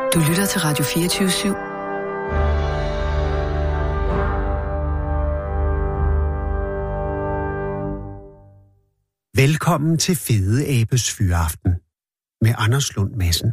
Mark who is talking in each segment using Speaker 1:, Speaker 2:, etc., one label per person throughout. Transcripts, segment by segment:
Speaker 1: Du lytter til Radio 24/7.
Speaker 2: Velkommen til Fede Abes Fyraften med Anders Lund Madsen.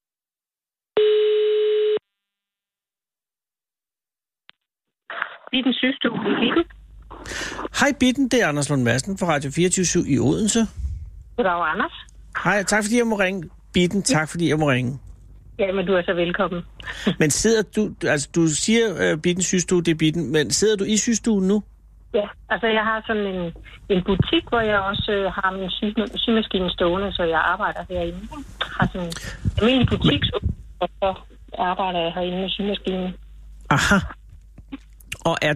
Speaker 3: Bitten Systue i Bitten.
Speaker 4: Hej Bitten, det er Anders Lund Madsen fra Radio 24/7 i Odense.
Speaker 3: Goddag, Anders.
Speaker 4: Hej, tak fordi jeg må ringe. Bitten, tak fordi jeg må ringe.
Speaker 3: Ja, men du er så velkommen.
Speaker 4: Men sidder du, altså du siger Bitten Systue, det er Bitten, men sidder du i systuen nu?
Speaker 3: Ja, altså jeg har sådan en butik, hvor jeg også har min symaskine stående, så jeg arbejder herinde. Jeg har sådan en almindelig butik, og så arbejder jeg herinde med symaskinen.
Speaker 4: Aha. Og er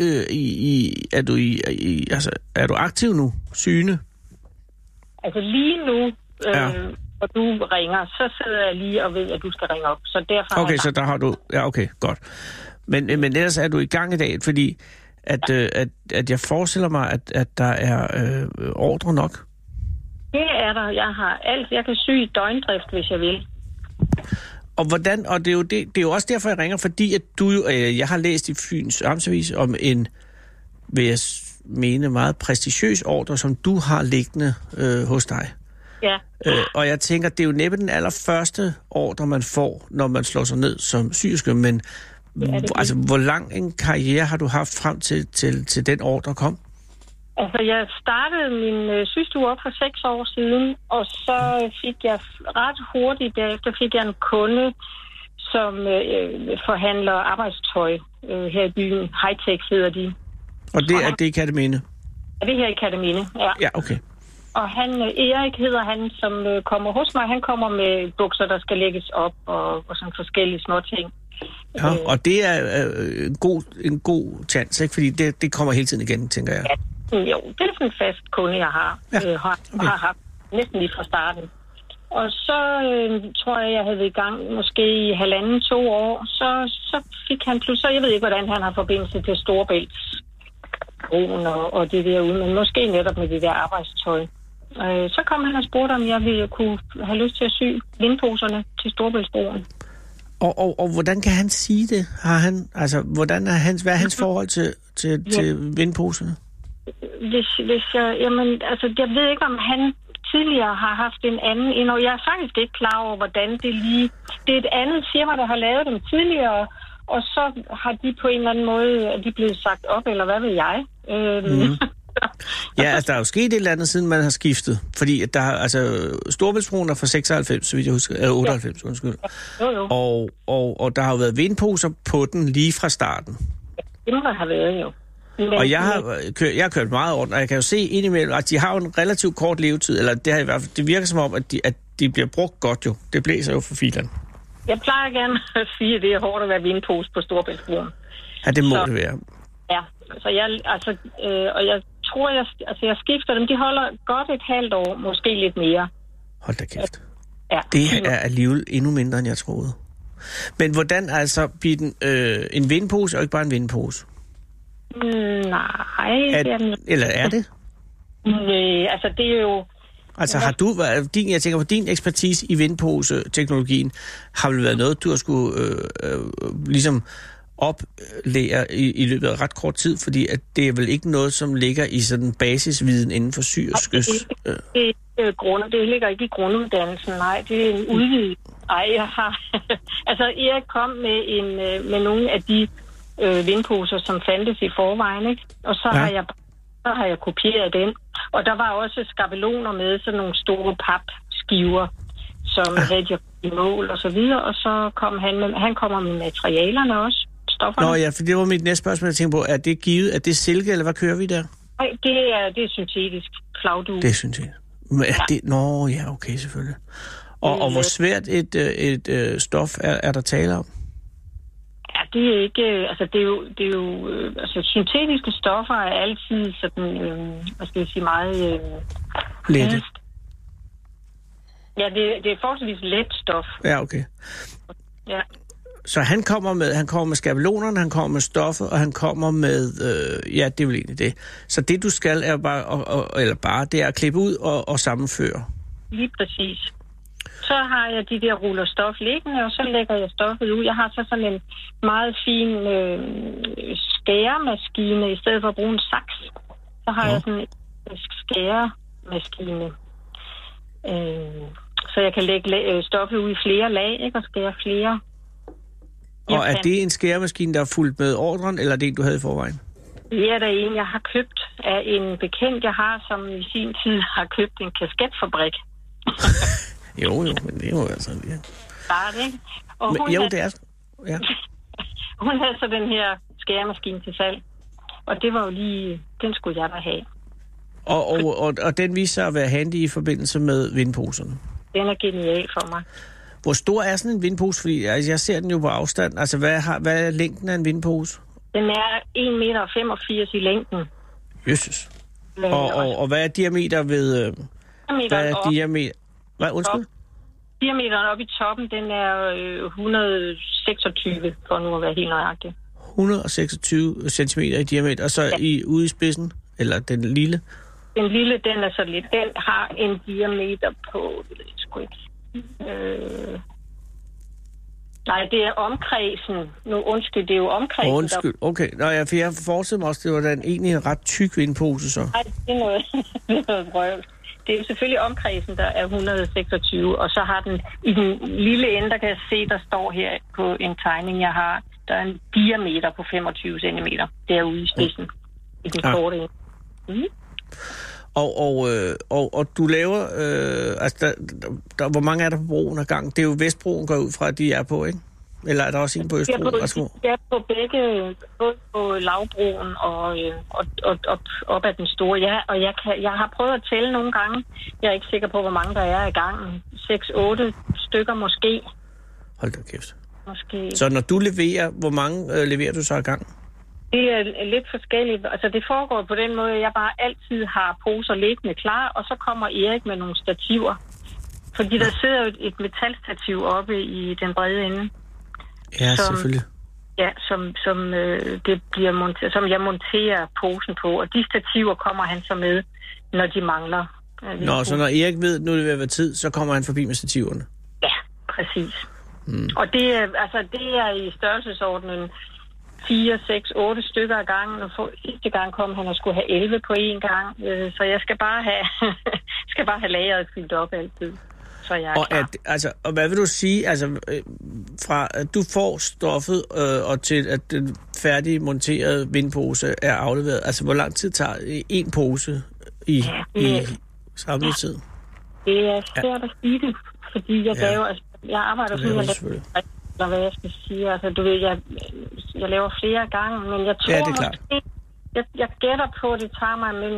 Speaker 4: du aktiv nu? Syne?
Speaker 3: Altså lige nu, og du ringer, så sidder jeg lige og ved, at du skal ringe op. Så derfor
Speaker 4: okay, så der har du... Ja, okay, godt. Men ellers er du i gang i dag, fordi at jeg forestiller mig, at der er ordre nok.
Speaker 3: Det er der. Jeg har alt. Jeg kan sy i døgndrift, hvis jeg vil.
Speaker 4: Og hvordan, og det er jo også derfor, jeg ringer, fordi at du jo, jeg har læst i Fyns Amtsavis om en, vil jeg mene, meget prestigiøs ordre, som du har liggende hos dig.
Speaker 3: Ja.
Speaker 4: Og jeg tænker, det er jo næppe den allerførste ordre, man får, når man slår sig ned som syerske, men altså, hvor lang en karriere har du haft frem til den ordre kom?
Speaker 3: Altså, jeg startede min systue op for 6 år siden, og så fik jeg ret hurtigt derefter en kunde, som forhandler arbejdstøj her i byen. Hightech hedder de.
Speaker 4: Og det er det i Kerteminde?
Speaker 3: Ja, det er her i Kerteminde, ja.
Speaker 4: Ja, okay. Og
Speaker 3: Erik hedder han, som kommer hos mig. Han kommer med bukser, der skal lægges op, og sådan forskellige småting.
Speaker 4: Ja, og det er en god chance, ikke? Fordi det kommer hele tiden igen, tænker jeg.
Speaker 3: Ja, jo, det er sådan en fast kunde, jeg har.
Speaker 4: Ja, okay.
Speaker 3: Har haft næsten lige fra starten. Og så tror jeg havde været i gang måske i 1,5-2 år. Så fik han pludselig, jeg ved ikke, hvordan han har forbindelse til Storebæltsbroen og det derude, men måske netop med det der arbejdstøj. Så kom han og spurgte, om jeg ville kunne have lyst til at sy vindposerne til Storebæltsbroen.
Speaker 4: Og hvordan kan han sige det? Har han, altså, hvad er hans forhold til vindposerne?
Speaker 3: Jeg ved ikke, om han tidligere har haft en anden endnu. Jeg er faktisk ikke klar over, hvordan det lige... Det er et andet firma, der har lavet dem tidligere, og så har de på en eller anden måde, de blevet sagt op, eller hvad ved jeg.
Speaker 4: Ja, altså der er jo sket et eller andet, siden man har skiftet. Fordi der har, altså, Storebæltsbroen er fra 96, så vidt jeg husker, 98, undskyld.
Speaker 3: Jo.
Speaker 4: Og der har jo været vindposer på den lige fra starten.
Speaker 3: Det må der have været, jo.
Speaker 4: Og jeg har kørt meget rundt, og jeg kan jo se indimellem, at de har jo en relativt kort levetid, eller det har i hvert fald, det virker som om, at de bliver brugt godt jo. Det blæser jo for filerne. Jeg
Speaker 3: plejer gerne at sige, at det er hårdt at være vindpose på Storebæltsbroen.
Speaker 4: Ja, det må det være.
Speaker 3: Ja, så jeg tror, jeg skifter dem. De holder godt et halvt år, måske lidt mere.
Speaker 4: Hold da kæft.
Speaker 3: Ja.
Speaker 4: Det er alligevel endnu mindre, end jeg troede. Men hvordan altså, Bitten, en vindpose og ikke bare en vindpose?
Speaker 3: Nej.
Speaker 4: Eller er det?
Speaker 3: Nej, altså det er jo...
Speaker 4: Altså har du, jeg tænker på din ekspertise i vindpose-teknologien, har vel været noget, du har skulle ligesom oplære i løbet af ret kort tid, fordi at det er vel ikke noget, som ligger i sådan basisviden inden for syerskes...
Speaker 3: Det ligger ikke i grunduddannelsen, nej, det er en udvidet. Jeg har... altså Erik kom med nogle af de vindposer, som fandtes i forvejen, ikke? Og så har jeg kopieret den. Og der var også skabeloner med, sådan nogle store papskiver, som havde i mål og så videre, og så kom han kommer med materialerne også, stofferne.
Speaker 4: Nå ja, for det var mit næste spørgsmål, jeg tænkte på. Er det givet, er det silke, eller hvad kører vi der?
Speaker 3: Nej, det er syntetisk flagdue.
Speaker 4: Det er syntetisk. Ja. Okay, selvfølgelig. Og hvor svært et stof er der tale om?
Speaker 3: Ja, det er ikke... Altså, det er jo altså, syntetiske stoffer er altid sådan... hvad skal jeg sige, meget...
Speaker 4: Lette.
Speaker 3: Ja, det er forholdsvis let stof.
Speaker 4: Ja, okay.
Speaker 3: Ja.
Speaker 4: Så han kommer med skabelonerne, han kommer med stoffet, og han kommer med... ja, det er vel egentlig det. Så det, du skal, er bare... det er at klippe ud og sammenføre.
Speaker 3: Lige præcis. Så har jeg de der ruller stof liggende, og så lægger jeg stoffet ud. Jeg har så sådan en meget fin skæremaskine, i stedet for at bruge en saks. Så har jeg sådan en skæremaskine. Så jeg kan lægge stoffet ud i flere lag, ikke? Og skære flere.
Speaker 4: Og er det en skæremaskine, der er fuldt med ordren, eller er det en, du havde i forvejen?
Speaker 3: Det er der en, jeg har købt af en bekendt, jeg har, som i sin tid har købt en kasketfabrik.
Speaker 4: jo, men det er jo altså... Ja.
Speaker 3: Bare det, ikke? Og
Speaker 4: men, jo, det er... Ja.
Speaker 3: Hun havde så den her skæremaskine til salg, og det var jo lige... Den skulle jeg da have.
Speaker 4: Og den viser sig at være handy i forbindelse med vindposerne? Den
Speaker 3: er genial for mig.
Speaker 4: Hvor stor er sådan en vindpose? Fordi altså, jeg ser den jo på afstand. Altså, hvad er længden af en vindpose?
Speaker 3: Den er 1,85 meter i længden.
Speaker 4: Jesus. Og hvad er diameter ved... Hvad er diameter? Hvad? Undskyld?
Speaker 3: Diameteren oppe i toppen, den er 126, for nu at være helt nøjagtig.
Speaker 4: 126 centimeter i diameter, og så ude i spidsen? Eller den lille?
Speaker 3: Den lille, den er så lidt. Den har en diameter på... Nej, det er omkredsen. Nu undskyld, det er jo omkredsen.
Speaker 4: Undskyld, okay. Nå ja, for jeg forestiller mig også, det var da egentlig en ret tyk vindpose, så.
Speaker 3: Nej, det er noget brøv. Det er jo selvfølgelig omkredsen, der er 126, og så har den i den lille ende, der kan jeg se, der står her på en tegning, jeg har, der er en diameter på 25 cm derude i spidsen, i den korte ende. Mm.
Speaker 4: Og du laver, altså hvor mange er der på broen ad gang? Det er jo Vestbroen går ud fra, at de er på, ikke? Eller er der også en på Østbroen?
Speaker 3: Jeg er på begge, både på Lavbroen og op ad den store. Ja, og jeg har prøvet at tælle nogle gange. Jeg er ikke sikker på, hvor mange der er i gangen. 6-8 stykker måske.
Speaker 4: Hold da kæft.
Speaker 3: Måske.
Speaker 4: Så når du leverer, hvor mange leverer du så i gang?
Speaker 3: Det er lidt forskelligt. Altså, det foregår på den måde, at jeg bare altid har poser liggende klar, og så kommer Erik med nogle stativer. Fordi der sidder jo et metalstativ oppe i den brede ende.
Speaker 4: Ja, selvfølgelig.
Speaker 3: Ja, det bliver monteret, som jeg monterer posen på, og de stativer kommer han så med, når de mangler.
Speaker 4: Så når Erik ved, nu er det ved at være tid, så kommer han forbi med stativerne?
Speaker 3: Ja, præcis. Og det er i størrelsesordenen 4, 6, 8 stykker ad gangen, og sidste gang kom han og skulle have 11 på én gang, så jeg skal bare have lageret fyldt op altid. Så jeg er klar.
Speaker 4: Og hvad vil du sige, fra at du får stoffet og til at den færdige monterede vindpose er afleveret, altså hvor lang tid tager en pose i samlet tid?
Speaker 3: Det er svært at sige det, fordi jeg arbejder sådan, eller hvad jeg skal sige. Altså, du ved, jeg laver flere gange, men jeg tror måske, jeg gætter på, at det tager mig mellem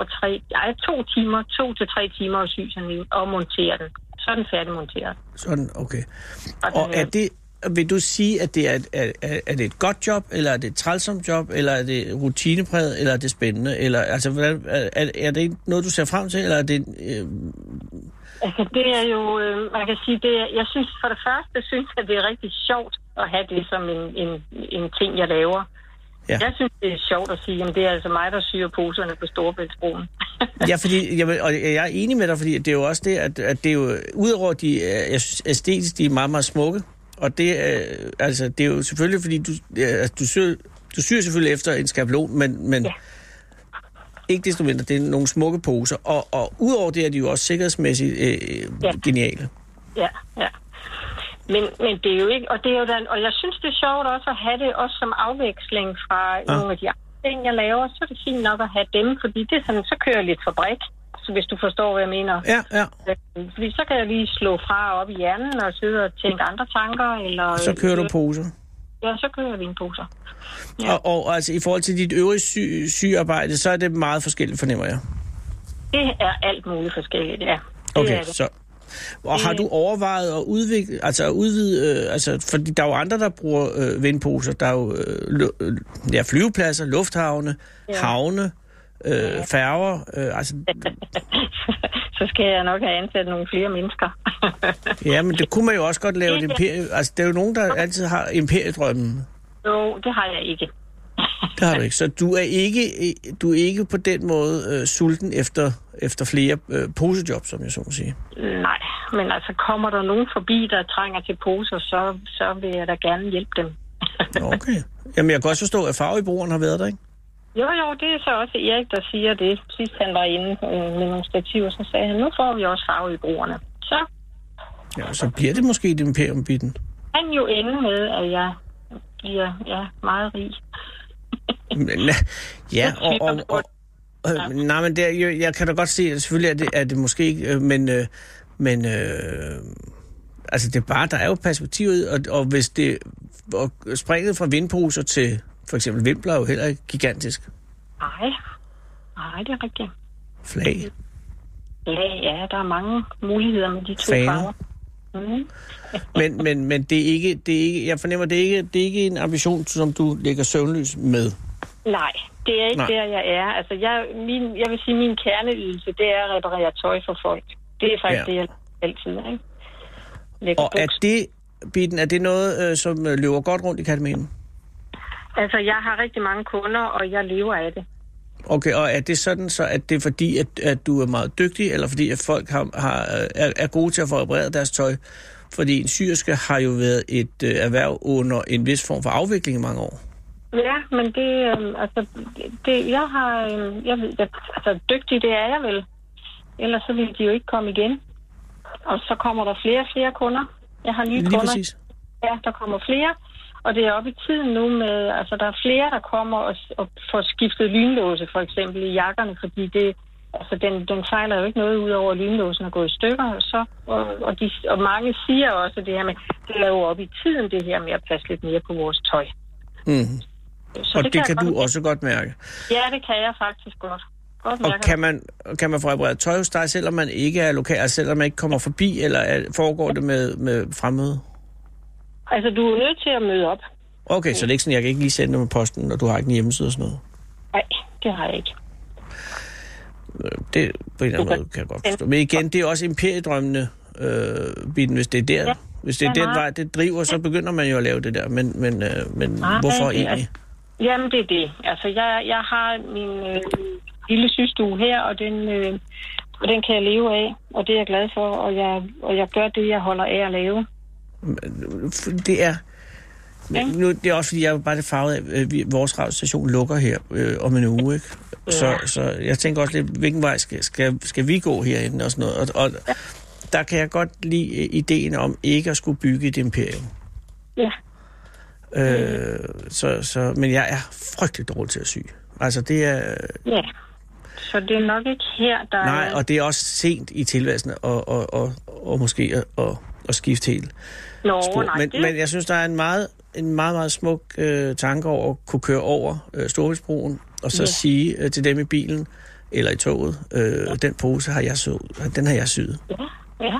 Speaker 3: 2 til 3 timer at sy sådan en og montere den. Så er den færdigmonteret.
Speaker 4: Sådan, okay. Og er det, vil du sige, at det er det et godt job, eller er det et trælsomt job, eller er det rutinepræget, eller er det spændende? Eller, altså, er det noget, du ser frem til, eller er det...
Speaker 3: Altså, det er jo, man kan sige, jeg synes for det første, at det er rigtig sjovt at have det som en ting, jeg laver. Ja. Jeg synes, det er sjovt at sige, at det er altså mig, der syr poserne på Storebæltsbroen.
Speaker 4: Ja, fordi, og jeg er enig med dig, fordi det er jo også det, at det er jo, udover jeg synes æstetisk, de er meget, meget smukke, og det er jo selvfølgelig, fordi du syr selvfølgelig efter en skabelon, men ikke desto mindre, det er nogle smukke poser, og udover det er de jo også sikkerhedsmæssigt geniale.
Speaker 3: Ja. Men det er jo ikke, og jeg synes, det er sjovt også at have det også som afveksling fra nogle af de andre ting, jeg laver, så er det fint nok at have dem, fordi det er sådan, så kører jeg lidt fabrik, så hvis du forstår, hvad jeg mener.
Speaker 4: Ja.
Speaker 3: Fordi så kan jeg lige slå fra op i hjernen og sidde og tænke andre tanker, eller...
Speaker 4: Så kører du poser?
Speaker 3: Ja, så kører jeg vindposer. Ja.
Speaker 4: Og altså i forhold til dit øvrige sygearbejde, så er det meget forskelligt, fornemmer jeg?
Speaker 3: Det er alt muligt forskelligt, ja.
Speaker 4: Okay, så... Og har du overvejet at udvide, fordi der er jo andre, der bruger vindposer. Der er jo flyvepladser, lufthavne, havne, færger.
Speaker 3: Så skal jeg nok have ansat nogle flere mennesker.
Speaker 4: Ja, men det kunne man jo også godt lave et imperie. Altså, der er jo nogen, der altid har imperiedrømmen.
Speaker 3: Jo, det har jeg ikke.
Speaker 4: Det har du ikke. Så du er ikke på den måde sulten efter flere posejobs, som jeg så må sige?
Speaker 3: Men altså, kommer der nogen forbi, der trænger til poser, så vil jeg da gerne hjælpe dem.
Speaker 4: Okay. Jamen, jeg kan godt forstå, at farvebrugeren har været der, ikke?
Speaker 3: Jo, det er så også Erik, der siger det. Sidst han var inde med nogle stativer, så sagde han, nu får vi også farve i brugerne.
Speaker 4: Så bliver det måske et imperium-bitten.
Speaker 3: Han jo ende med, at jeg bliver meget rig.
Speaker 4: Ja, nej, men jeg kan da godt se, at selvfølgelig er det måske ikke, men altså det er bare, der er jo perspektivet, og hvis det og springet fra vindposer til for eksempel vimpler er jo heller ikke gigantisk. Nej,
Speaker 3: det er rigtigt.
Speaker 4: Flag,
Speaker 3: ja, der er mange muligheder med de to farver.
Speaker 4: Men det er ikke, jeg fornemmer, det er ikke en ambition, som du lægger søvnløs med. Nej,
Speaker 3: det er ikke der, jeg er. Altså, jeg vil sige, min kerneydelse, det er at reparere tøj for folk. Det er faktisk det, jeg altid, ikke?
Speaker 4: Og er det noget, som løber godt rundt i Kataminen?
Speaker 3: Altså, jeg har rigtig mange kunder, og jeg lever af det.
Speaker 4: Okay, og er det sådan så, at det er fordi, at du er meget dygtig, eller fordi, at folk er gode til at få repareret deres tøj? Fordi en syerske har jo været et erhverv under en vis form for afvikling i mange år.
Speaker 3: Ja, men dygtig, det er jeg vel. Ellers så vil de jo ikke komme igen. Og så kommer der flere kunder. Jeg har nye kunder.
Speaker 4: Præcis.
Speaker 3: Ja, der kommer flere. Og det er oppe i tiden nu med, altså der er flere, der kommer og får skiftet lynlåse for eksempel i jakkerne, fordi den fejler jo ikke noget ud over, at lynlåsen er gået i stykker. Og mange siger også det her med, det er jo oppe i tiden det her med at passe lidt mere på vores tøj.
Speaker 4: Mm. Og det kan du også godt mærke?
Speaker 3: Ja, det kan jeg faktisk godt.
Speaker 4: Og kan man få repareret tøj hos dig, selvom man ikke er lokal, selvom man ikke kommer forbi, eller foregår det med fremmøde?
Speaker 3: Altså, du er nødt til at møde op.
Speaker 4: Okay, så det er ikke sådan, jeg kan ikke lige sende det med posten, og du har ikke en hjemmeside og sådan noget?
Speaker 3: Nej, det har jeg ikke.
Speaker 4: Det på en eller anden måde kan jeg godt forstå. Men igen, det er også imperiedrømmende, biten, hvis det er der. Ja. Hvis det er den vej, det driver, så begynder man jo at lave det der. Men hvorfor egentlig?
Speaker 3: Jamen, det er det. Altså, jeg har min lille systue her, og den kan jeg leve af, og det er jeg glad for, og jeg gør det, jeg holder af at lave.
Speaker 4: Det er... Nu, det er også, fordi jeg er bare det farvet af, at vores radiostation lukker her om en uge, ikke? Så jeg tænker også lidt, hvilken vej skal vi gå herinde og sådan noget. Og der kan jeg godt lide ideen om ikke at skulle bygge et imperium.
Speaker 3: Ja.
Speaker 4: Men jeg er frygtelig dårlig til at sy. Altså, det er...
Speaker 3: Ja, så det er nok ikke her, der...
Speaker 4: Nej, og det er også sent i tilværelsen og måske at skifte helt spor. Men jeg synes, der er en meget, meget smuk tanke over at kunne køre over Storebæltsbroen, og så sige til dem i bilen, eller i toget, den pose har jeg den har jeg syet.
Speaker 3: Ja.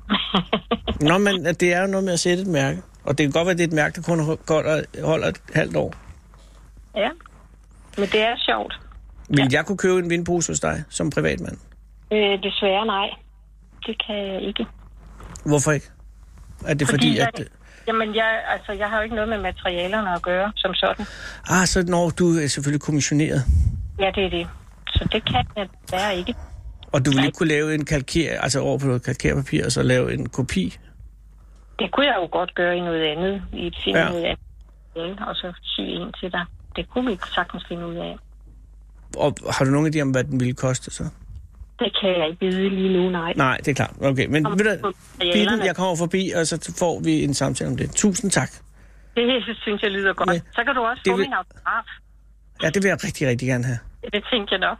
Speaker 4: Nå, men det er jo noget med at sætte et mærke. Og det kan godt være, at det er et mærke, der kun holder et halvt år.
Speaker 3: Ja, men det er sjovt.
Speaker 4: Vil jeg kunne købe en vindpose hos dig, som privatmand?
Speaker 3: Desværre nej. Det kan jeg ikke.
Speaker 4: Hvorfor ikke? Er det fordi at...
Speaker 3: Jamen, jeg har jo ikke noget med materialerne at gøre, som sådan.
Speaker 4: Så når du er selvfølgelig kommissioneret.
Speaker 3: Ja, det er det. Så det kan jeg desværre ikke.
Speaker 4: Og du vil ikke kunne lave en over på noget kalkerpapir, og så lave en kopi?
Speaker 3: Det kunne jeg jo godt gøre i noget andet, i et film noget andet, og så sy en til dig. Det kunne vi sagtens finde ud af.
Speaker 4: Og har du nogen idé om, hvad den ville koste så?
Speaker 3: Det kan jeg ikke vide lige nu, nej.
Speaker 4: Nej, det er klart. Okay, men Bitten, jeg kommer forbi, og så får vi en samtale om det. Tusind tak.
Speaker 3: Det synes jeg lyder godt. Så kan du også få min autograf.
Speaker 4: Ja, det vil jeg rigtig, rigtig gerne have.
Speaker 3: Det tænker jeg nok.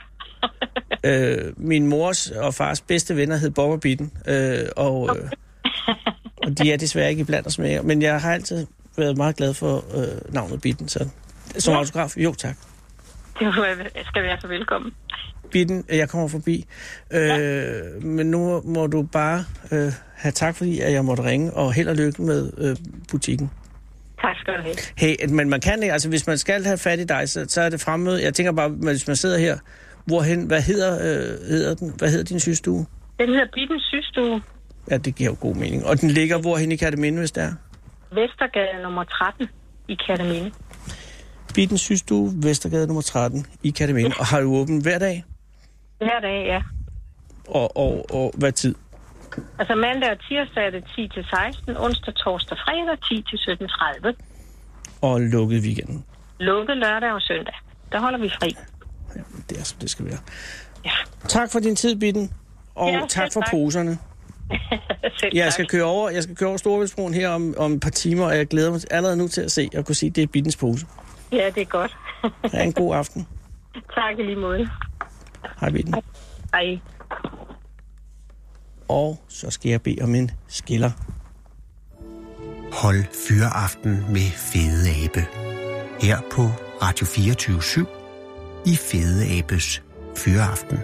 Speaker 4: Min mors og fars bedste venner hed Bob og Bitten, og de er desværre ikke iblandt os mere. Men jeg har altid været meget glad for navnet Bitten, så som autograf, jo tak.
Speaker 3: Det skal være så velkommen.
Speaker 4: Bitten, jeg kommer forbi. Men nu må du bare have tak, fordi jeg måtte ringe, og held og lykke med butikken.
Speaker 3: Tak skal du have.
Speaker 4: Hey, men man kan ikke, altså hvis man skal have fat i dig, så er det fremmøde. Jeg tænker bare, hvis man sidder her, hvad hedder den? Hvad hedder din systue?
Speaker 3: Den hedder Bittens Systue.
Speaker 4: Ja, det giver jo god mening. Og den ligger hvorhen i Kerteminde, hvis det er?
Speaker 3: Vestergade nummer 13 i Kerteminde.
Speaker 4: Bittens Systue, Vestergade nummer 13 i Kerteminde. Og har du åbent hver dag?
Speaker 3: Hver dag, ja.
Speaker 4: Og hvad tid?
Speaker 3: Altså mandag og tirsdag er det 10-16, onsdag, torsdag, fredag 10-17.30.
Speaker 4: Og lukket weekenden.
Speaker 3: Lukket lørdag og søndag. Der holder vi fri.
Speaker 4: Ja, det er som det skal være.
Speaker 3: Ja.
Speaker 4: Tak for din tid, Bitten. Og
Speaker 3: Ja,
Speaker 4: tak for
Speaker 3: tak.
Speaker 4: poserne. Jeg skal køre over Storebæltsbroen her om et par timer, og jeg glæder mig allerede nu til at se og kunne sige, at det er Bittens pose.
Speaker 3: Ja, det er godt.
Speaker 4: Ha' en god aften.
Speaker 3: Tak i lige måde.
Speaker 4: Hej, Bitten.
Speaker 3: Hej.
Speaker 4: Og så skal jeg bede om en skiller.
Speaker 2: Hold Fyraften med Fede Abe. Her på Radio 24/7 i Fede Abes Fyraften.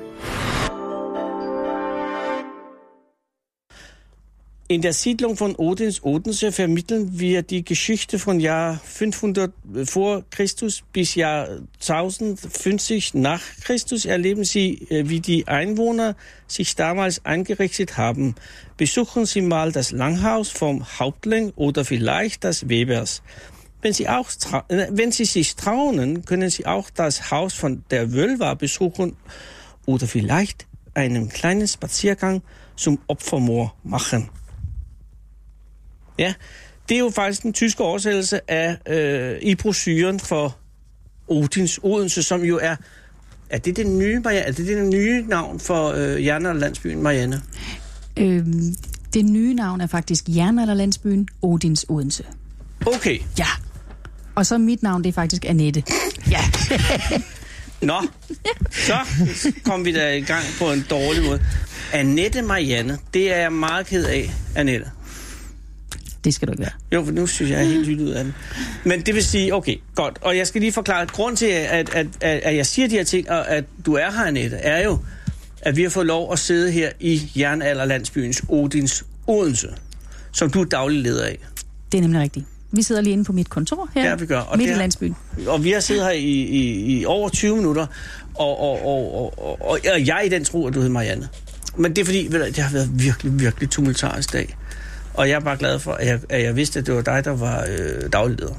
Speaker 4: In der Siedlung von Odense vermitteln wir die Geschichte von Jahr 500 vor Christus bis Jahr 1050 nach Christus. Erleben Sie, wie die Einwohner sich damals eingerichtet haben. Besuchen Sie mal das Langhaus vom Hauptling oder vielleicht das Webers. Wenn Sie sich trauen, können Sie auch das Haus von der Wölver besuchen oder vielleicht einen kleinen Spaziergang zum Opfermoor machen. Ja, det er jo faktisk den tyske oversættelse af i brochuren for Odense, som jo er det det nye, Marianne? Er det nye navn for jernalderlandsbyen Marianne?
Speaker 5: Det nye navn er faktisk jernalderlandsbyen Odins Odense.
Speaker 4: Okay.
Speaker 5: Ja. Og så mit navn, det er faktisk Annette. Ja.
Speaker 4: Nå, så kom vi da i gang på en dårlig måde. Annette Marianne, det er jeg meget ked af, Annette.
Speaker 5: Det skal du ikke være.
Speaker 4: Jo, for nu synes jeg er helt lyttet ud af den. Men det vil sige, okay, godt. Og jeg skal lige forklare, grund til, at jeg siger de her ting, og at du er her, Annette, er jo, at vi har fået lov at sidde her i jernalderlandsbyens Odins Odense, som du er daglig leder af.
Speaker 5: Det er nemlig rigtigt. Vi sidder lige inde på mit kontor her,
Speaker 4: ja, vi gør. Og
Speaker 5: midt i landsbyen.
Speaker 4: Og vi har siddet her i over 20 minutter, og jeg er i den tro, at du hedder Marianne. Men det er fordi, det har været virkelig, virkelig tumultarisk dag. Og jeg er bare glad for, at jeg vidste, at det var dig, der var daglig leder.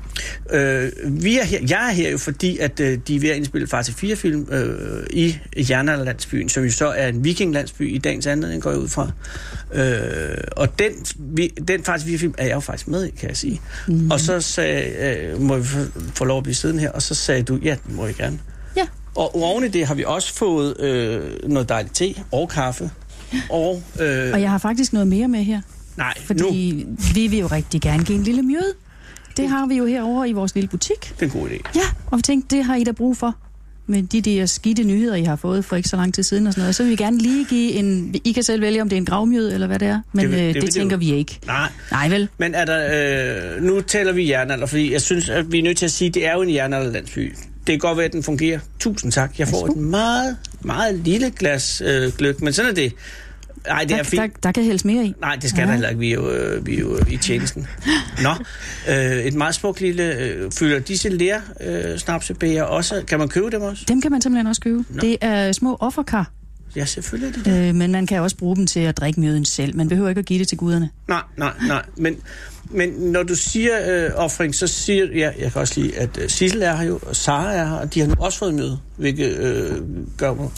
Speaker 4: Jeg er her jo fordi, at de er ved at indspille Far til 4-film i jernalderlandsbyen, som jo så er en vikinglandsby i dagens anledning, går jeg ud fra. Og den Far til 4-film er jeg jo faktisk med i, kan jeg sige. Mm-hmm. Og så sagde må vi få lov at blive siddende her, og så sagde du, ja, det må jeg gerne. Ja. Og oven i det har vi også fået noget dejligt te og kaffe. Og
Speaker 5: jeg har faktisk noget mere med her.
Speaker 4: Nej,
Speaker 5: fordi vi vil jo rigtig gerne give en lille mjød. Det har vi jo herovre i vores lille butik.
Speaker 4: Det er en god idé.
Speaker 5: Ja, og vi tænkte, det har I da brug for. Med de der skidte nyheder, I har fået for ikke så lang tid siden og sådan noget. Så vil vi gerne lige give en... I kan selv vælge, om det er en gravmjød eller hvad det er. Men det tænker vi ikke. Nej vel?
Speaker 4: Men er der... nu taler vi jernalder, fordi jeg synes, at vi er nødt til at sige, at det er jo en jernalderlandsby. Det kan godt være, at den fungerer. Tusind tak. Jeg får et meget, meget lille glas gløgg, men sådan er det. Nej, det er fint.
Speaker 5: Der kan hældes mere i.
Speaker 4: Nej, det skal der heller ikke. Vi er jo i tjenesten. Nå, et meget smukt lille... fylder disse snapsebæger også. Kan man købe dem også?
Speaker 5: Dem kan man simpelthen også købe. Nå. Det er små offerkar.
Speaker 4: Ja, selvfølgelig er det.
Speaker 5: Men man kan også bruge dem til at drikke mjøden selv. Man behøver ikke at give det til guderne.
Speaker 4: Nej. Men når du siger offring, så siger jeg kan også lide, at Sissel er her jo, og Sara er her, og de har nu også fået møde, hvilket gør mig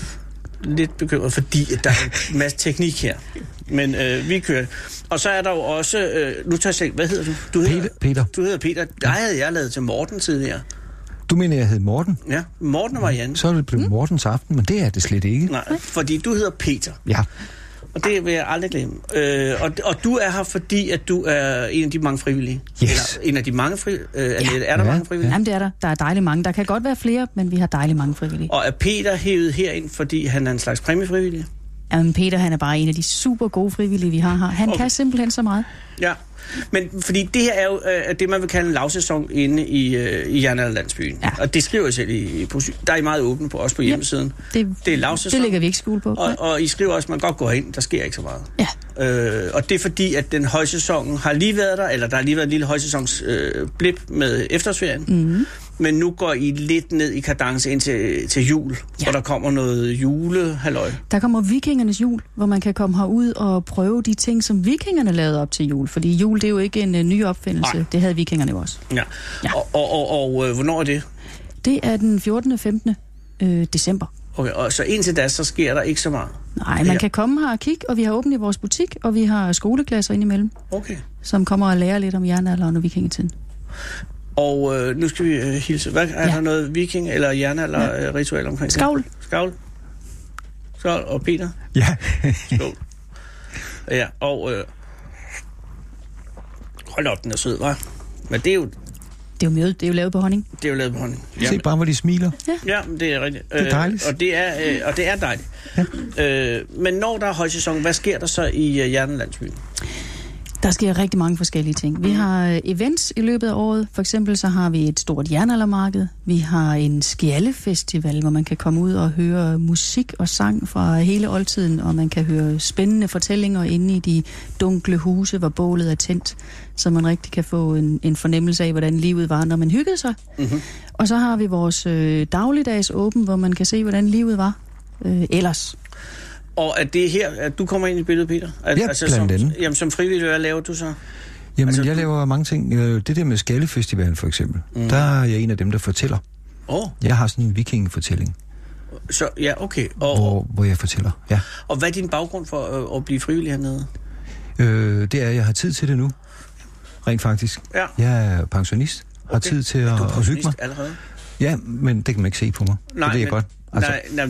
Speaker 4: lidt bekymret, fordi der er en masse teknik her. Men vi kører. Og så er der jo også... nu tager jeg selv... Hvad hedder du?
Speaker 6: Peter.
Speaker 4: Du hedder Peter. Der havde jeg lavet til Morten tidligere.
Speaker 6: Du mener, jeg hed Morten?
Speaker 4: Ja, Morten og Marianne.
Speaker 6: Så er det blevet Mortens aften, men det er det slet ikke.
Speaker 4: Nej, fordi du hedder Peter.
Speaker 6: Ja.
Speaker 4: Og det vil jeg aldrig glemme. Og du er her, fordi at du er en af de mange frivillige.
Speaker 6: Yes.
Speaker 4: Eller en af de mange frivillige. Er der mange frivillige?
Speaker 5: Jamen, det er der. Der er dejligt mange. Der kan godt være flere, men vi har dejligt mange frivillige.
Speaker 4: Og er Peter hævet herind, fordi han er en slags præmiefrivillig?
Speaker 5: Jamen, Peter, han er bare en af de super gode frivillige, vi har her. Han kan simpelthen så meget.
Speaker 4: Ja, men fordi det her er jo det, man vil kalde en lavsæson inde i jernalderlandsbyen. Ja. Og det skriver jeg selv i der er I meget åbne på, også på hjemmesiden.
Speaker 5: Ja,
Speaker 4: det er lavsæson.
Speaker 5: Det lægger vi ikke skjul på.
Speaker 4: Og I skriver også, at man godt går ind, der sker ikke så meget. Ja. Og det er fordi, at den højsæsonen har lige været der, eller der har lige været en lille højsæsons blip med efterårsferien. Mm-hmm. Men nu går I lidt ned i kadence ind til jul, og der kommer noget julehalløj.
Speaker 5: Der kommer vikingernes jul, hvor man kan komme herud og prøve de ting, som vikingerne lavede op til jul. Fordi jul, det er jo ikke en ny opfindelse. Nej. Det havde vikingerne jo også.
Speaker 4: Ja. Og hvornår er det?
Speaker 5: Det er den 14. og 15. december.
Speaker 4: Okay, og så indtil da, så sker der ikke så meget?
Speaker 5: Nej, man kan komme her og kigge, og vi har åbent i vores butik, og vi har skoleklasser indimellem, som kommer og lærer lidt om jernalderen og vikingetiden.
Speaker 4: Og nu skal vi hilse. Hvad, er der noget viking- eller jernalder-ritual omkring det? Skål. Skål. Og Peter?
Speaker 6: Ja.
Speaker 4: Skål. Ja, og hold op, den er sød, hva'? Men det er jo...
Speaker 5: Det er jo mjød, det er jo lavet på honning.
Speaker 4: Det er jo lavet på honning.
Speaker 6: Se bare, hvor de smiler.
Speaker 4: Ja, det er rigtigt.
Speaker 6: Det er dejligt.
Speaker 4: Og det er dejligt. Ja. Men når der er højsæson, hvad sker der så i Hjernelandsbyen?
Speaker 5: Der sker rigtig mange forskellige ting. Vi har events i løbet af året. For eksempel så har vi et stort jernaldermarked. Vi har en skjaldefestival, hvor man kan komme ud og høre musik og sang fra hele oldtiden, og man kan høre spændende fortællinger inde i de dunkle huse, hvor bålet er tændt, så man rigtig kan få en fornemmelse af, hvordan livet var, når man hyggede sig. Mm-hmm. Og så har vi vores dagligdags åben, hvor man kan se, hvordan livet var ellers. Og
Speaker 4: er det her, at du kommer ind i billedet, Peter?
Speaker 6: Ja, blandt andet.
Speaker 4: Jamen, som frivillig, hvad laver du så?
Speaker 6: Jamen, jeg laver mange ting. Det der med Skjaldefestivalen, for eksempel, der er jeg en af dem, der fortæller. Jeg har sådan en vikingefortælling.
Speaker 4: Så, ja, okay.
Speaker 6: Hvor jeg fortæller, ja.
Speaker 4: Og hvad er din baggrund for at blive frivillig hernede?
Speaker 6: Det er, at jeg har tid til det nu. Rent faktisk. Ja. Jeg er pensionist. Har tid til at hygge mig.
Speaker 4: Allerede?
Speaker 6: Ja, men det kan man ikke se på mig.
Speaker 4: Nej,
Speaker 6: det er godt. Altså,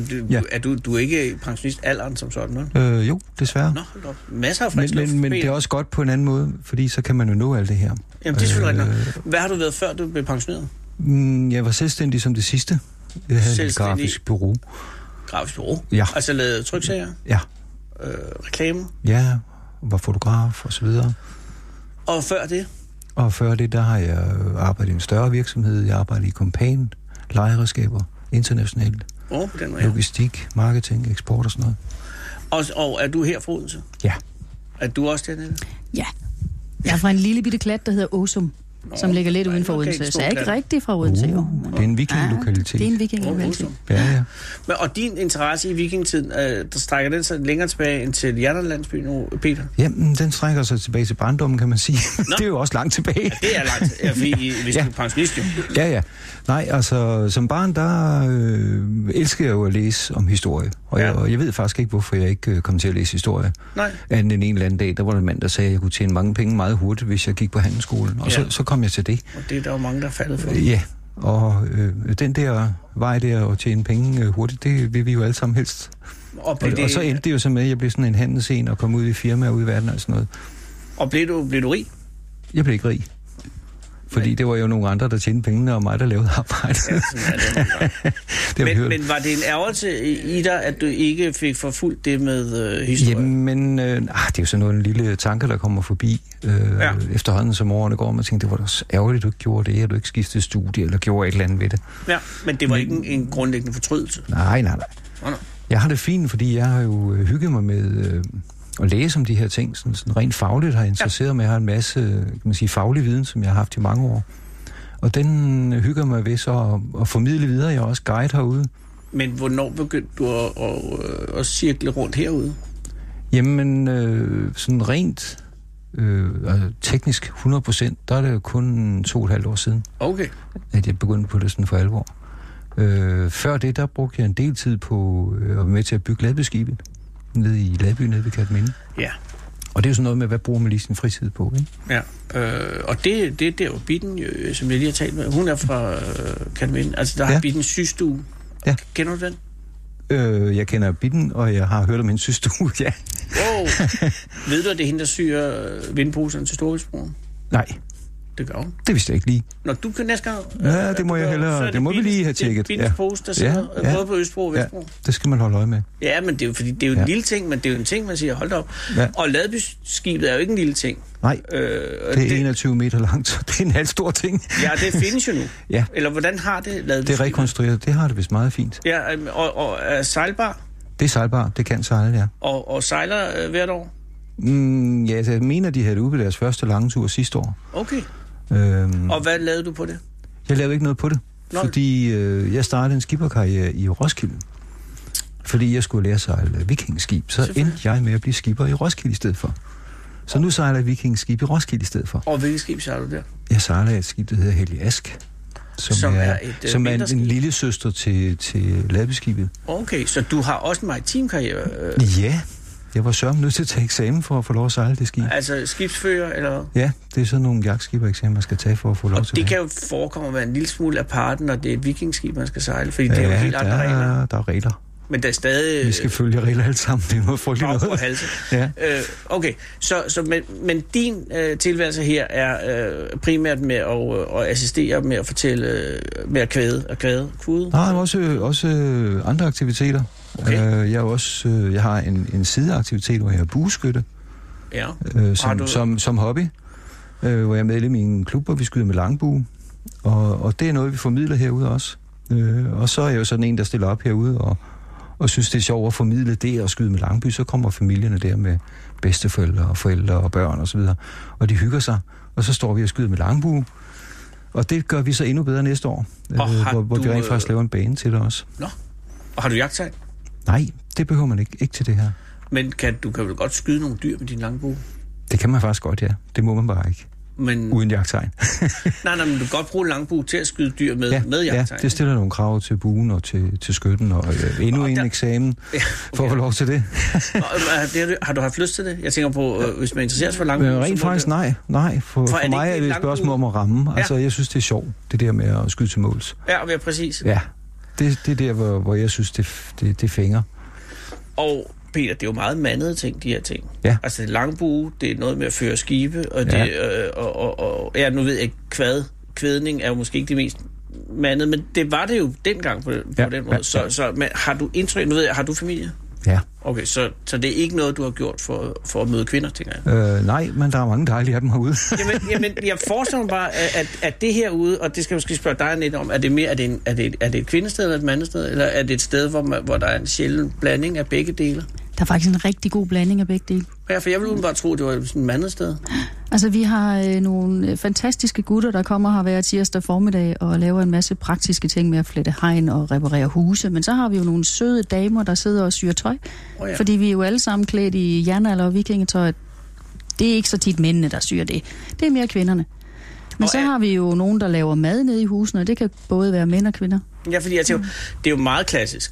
Speaker 4: du er ikke pensionistalderen som sådan,
Speaker 6: jo, desværre.
Speaker 4: Nå, masser af frisk luft.
Speaker 6: Men det er også godt på en anden måde, fordi så kan man jo nå alt det her.
Speaker 4: Jamen, det er selvfølgelig rigtigt. Hvad har du været, før du blev pensioneret?
Speaker 6: Jeg var selvstændig som det sidste. Jeg havde et grafisk bureau.
Speaker 4: Grafisk bureau?
Speaker 6: Ja.
Speaker 4: Altså lavede tryksager?
Speaker 6: Ja.
Speaker 4: Reklame?
Speaker 6: Ja, var fotograf og så videre.
Speaker 4: Og før det?
Speaker 6: Og før det, der har jeg arbejdet i en større virksomhed. Jeg arbejdede i Compaan, lejeredskaber, internationalt.
Speaker 4: På den måde,
Speaker 6: logistik, marketing, eksport og sådan noget.
Speaker 4: Og er du her fra Odense?
Speaker 6: Ja.
Speaker 4: Er du også dernede?
Speaker 5: Ja. Jeg er fra en lille bitte klat, der hedder Åsum, som ligger lidt uden for Odense. Så jeg er ikke rigtig fra Odense.
Speaker 6: Det er en vikinglokalitet.
Speaker 5: Det er en vikinglokalitet.
Speaker 6: Ja.
Speaker 4: Og din interesse i vikingetiden, der strækker den så længere tilbage end til Hjernelandsbyen nu, Peter?
Speaker 6: Jamen, den strækker sig tilbage til barndommen, kan man sige. Det er jo også langt tilbage.
Speaker 4: Ja, det er langt, hvis du er pensionist jo.
Speaker 6: Ja. Nej, altså, som barn, der elsker jeg jo at læse om historie. Og jeg ved faktisk ikke, hvorfor jeg ikke kom til at læse historie. Nej. Anden end en eller anden dag, der var der en mand, der sagde, at jeg kunne tjene mange penge meget hurtigt, hvis jeg gik på handelsskolen. Og så kom jeg til det.
Speaker 4: Og det er der jo mange, der er faldet for.
Speaker 6: Ja, og den der vej der at tjene penge hurtigt, det vil vi jo alle sammen helst. Og så endte det jo så med, at jeg blev sådan en handelsen og kom ud i firmaer ude i verden og sådan noget. Og
Speaker 4: blev du rig?
Speaker 6: Jeg blev ikke rig. Fordi det var jo nogle andre, der tjente pengene, og mig, der lavede arbejde. Ja,
Speaker 4: men var det en ærgelse i dig, at du ikke fik forfulgt det med historie?
Speaker 6: Jamen, det er jo sådan en lille tanke, der kommer forbi efterhånden, som årene går. Man tænkte, det var da så ærgerligt, du ikke gjorde det, at du ikke skiftede studie, eller gjorde et eller andet ved det. Ja,
Speaker 4: men det var ikke en grundlæggende fortrydelse?
Speaker 6: Nej. Jeg har det fint, fordi jeg har jo hygget mig med at læse om de her ting, sådan rent fagligt har jeg interesseret mig. Jeg har en masse, kan man sige, faglig viden, som jeg har haft i mange år. Og den hygger mig ved så at formidle videre. Jeg er også guide herude.
Speaker 4: Men hvornår begyndte du at cirkle rundt herude?
Speaker 6: Jamen, sådan rent teknisk 100%, der er det jo kun 2,5 år siden, at jeg begyndte på det sådan for alvor. Før det, der brugte jeg en del tid på at være med til at bygge ladbeskibet nede i Ladby, nede ved Kerteminde. Ja. Og det er jo sådan noget med, hvad bruger man lige sin fritid på, ikke? Ja,
Speaker 4: og det er jo Bitten, som jeg lige har talt med. Hun er fra Kerteminde. Altså, der har Bitten systue. Ja. Kender du den?
Speaker 6: Jeg kender Bitten, og jeg har hørt om hendes systue, ja.
Speaker 4: Wow. Ved du, at det er hende, der syr vindposerne til Storhedsbroen?
Speaker 6: Nej.
Speaker 4: Det gør hun.
Speaker 6: Det vidste jeg ikke lige.
Speaker 4: Når du kan næste gang...
Speaker 6: Ja, det må jeg hellere... Det må vi lige have tjekket.
Speaker 4: Det er Bittens pose, der sidder både på Østbro og Vestbro.
Speaker 6: Ja, det skal man holde øje med.
Speaker 4: Ja, men det er jo, fordi det er jo en lille ting, men det er jo en ting, man siger, hold da op. Ja. Og Ladbyskibet er jo ikke en lille ting.
Speaker 6: Nej, det er 21 meter langt, så det er en halv stor ting.
Speaker 4: Ja, det findes jo nu. Ja. Eller hvordan har det Ladbyskibet?
Speaker 6: Det er rekonstrueret. Det har det vist meget fint.
Speaker 4: Ja, og er sejlbar?
Speaker 6: Det er sejlbar. Det kan sejle, ja.
Speaker 4: Og sejler hvert år?
Speaker 6: Ja, jeg mener, de havde det ude ved deres første lange tur sidste år.
Speaker 4: Okay. Og hvad lavede du på det?
Speaker 6: Jeg lavede ikke noget på det, fordi jeg startede en skipperkarriere i Roskilde. Fordi jeg skulle lære at sejle vikingeskib, så endte jeg med at blive skipper i Roskilde i stedet for. Så nu sejler jeg vikingeskib i Roskilde i stedet for.
Speaker 4: Og hvilket skib sejler du der?
Speaker 6: Jeg sejler et skib, der hedder Hellig Ask. som er en lille søster til Ladbyskibet.
Speaker 4: Okay, så du har også en maritim karriere?
Speaker 6: Ja, jeg var sørme nødt til at tage eksamen for at få lov at sejle det skib.
Speaker 4: Altså skibsfører, eller?
Speaker 6: Ja, det er sådan nogle jagtskipper-eksamen, man skal tage for at få lov til
Speaker 4: det. Og det kan jo forekomme at være en lille smule aparte, når det er et vikingskib, man skal sejle, fordi det er jo helt andre regler.
Speaker 6: Der er regler.
Speaker 4: Men der er stadig...
Speaker 6: Vi skal følge regler alle sammen, det er noget frygteligt noget.
Speaker 4: Ja. Okay, men din tilværelse her er primært med at assistere med at fortælle, med at kvæde kude?
Speaker 6: Nej, også andre aktiviteter. Okay. Jeg har en sideaktivitet, hvor jeg er bueskytte, som hobby, hvor jeg er medlem i en klub, hvor vi skyder med langbue, og det er noget, vi formidler herude også. Og så er jeg jo sådan en, der stiller op herude og synes, det er sjovt at formidle det og skyde med langby. Så kommer familierne der med bedsteforældre og forældre og børn og så videre, og de hygger sig, og så står vi og skyder med langbue. Og det gør vi så endnu bedre næste år, hvor vi rent faktisk laver en bane til det også.
Speaker 4: Nå, og har du jagttegn? Nej,
Speaker 6: det behøver man ikke til det her.
Speaker 4: Men du kan vel godt skyde nogle dyr med din langbue?
Speaker 6: Det kan man faktisk godt, ja. Det må man bare ikke. Men... Uden jagttegn.
Speaker 4: nej, men du kan godt bruge langbue til at skyde dyr med jagttegn. Ja,
Speaker 6: det stiller nogle krav til buen og til skytten, og endnu en eksamen for at få lov til det.
Speaker 4: Har du haft lyst til det? Jeg tænker på, hvis man interesserer sig for langbue...
Speaker 6: Rent faktisk nej. For mig er det et spørgsmål om at ramme. Ja. Altså, jeg synes, det er sjovt, det der med at skyde til måls.
Speaker 4: Ja, præcis.
Speaker 6: Ja, det er der, hvor jeg synes, det fænger.
Speaker 4: Og Peter, det er jo meget mandede ting, de her ting.
Speaker 6: Ja.
Speaker 4: Altså det er langbue, det er noget med at føre skibe, og det, nu ved jeg ikke, kvædning er jo måske ikke det mest mandede, men det var det jo dengang på den måde. Så men har du indtryk, nu ved jeg, har du familie?
Speaker 6: Ja.
Speaker 4: Okay, så det er ikke noget, du har gjort for at møde kvinder, tænker jeg?
Speaker 6: Nej, men der er mange dejlige af dem herude.
Speaker 4: jamen, jeg forestiller mig bare, at det herude, og det skal jeg måske spørge dig lidt om, er det et kvindested eller et mandested, eller er det et sted, hvor der er en sjælden blanding af begge dele?
Speaker 5: Der er faktisk en rigtig god blanding af begge dele.
Speaker 4: Ja, for jeg ville bare tro, det var sådan et mandested.
Speaker 5: Altså, vi har nogle fantastiske gutter, der kommer her hver tirsdag formiddag og laver en masse praktiske ting med at flette hegn og reparere huse. Men så har vi jo nogle søde damer, der sidder og syr tøj. Fordi vi er jo alle sammen klædt i jernalder og vikingetøj. Det er ikke så tit mændene, der syr det. Det er mere kvinderne. Men så har vi jo nogen, der laver mad nede i husene, og det kan både være mænd og kvinder.
Speaker 4: Ja, fordi jeg tænker, det er jo meget klassisk.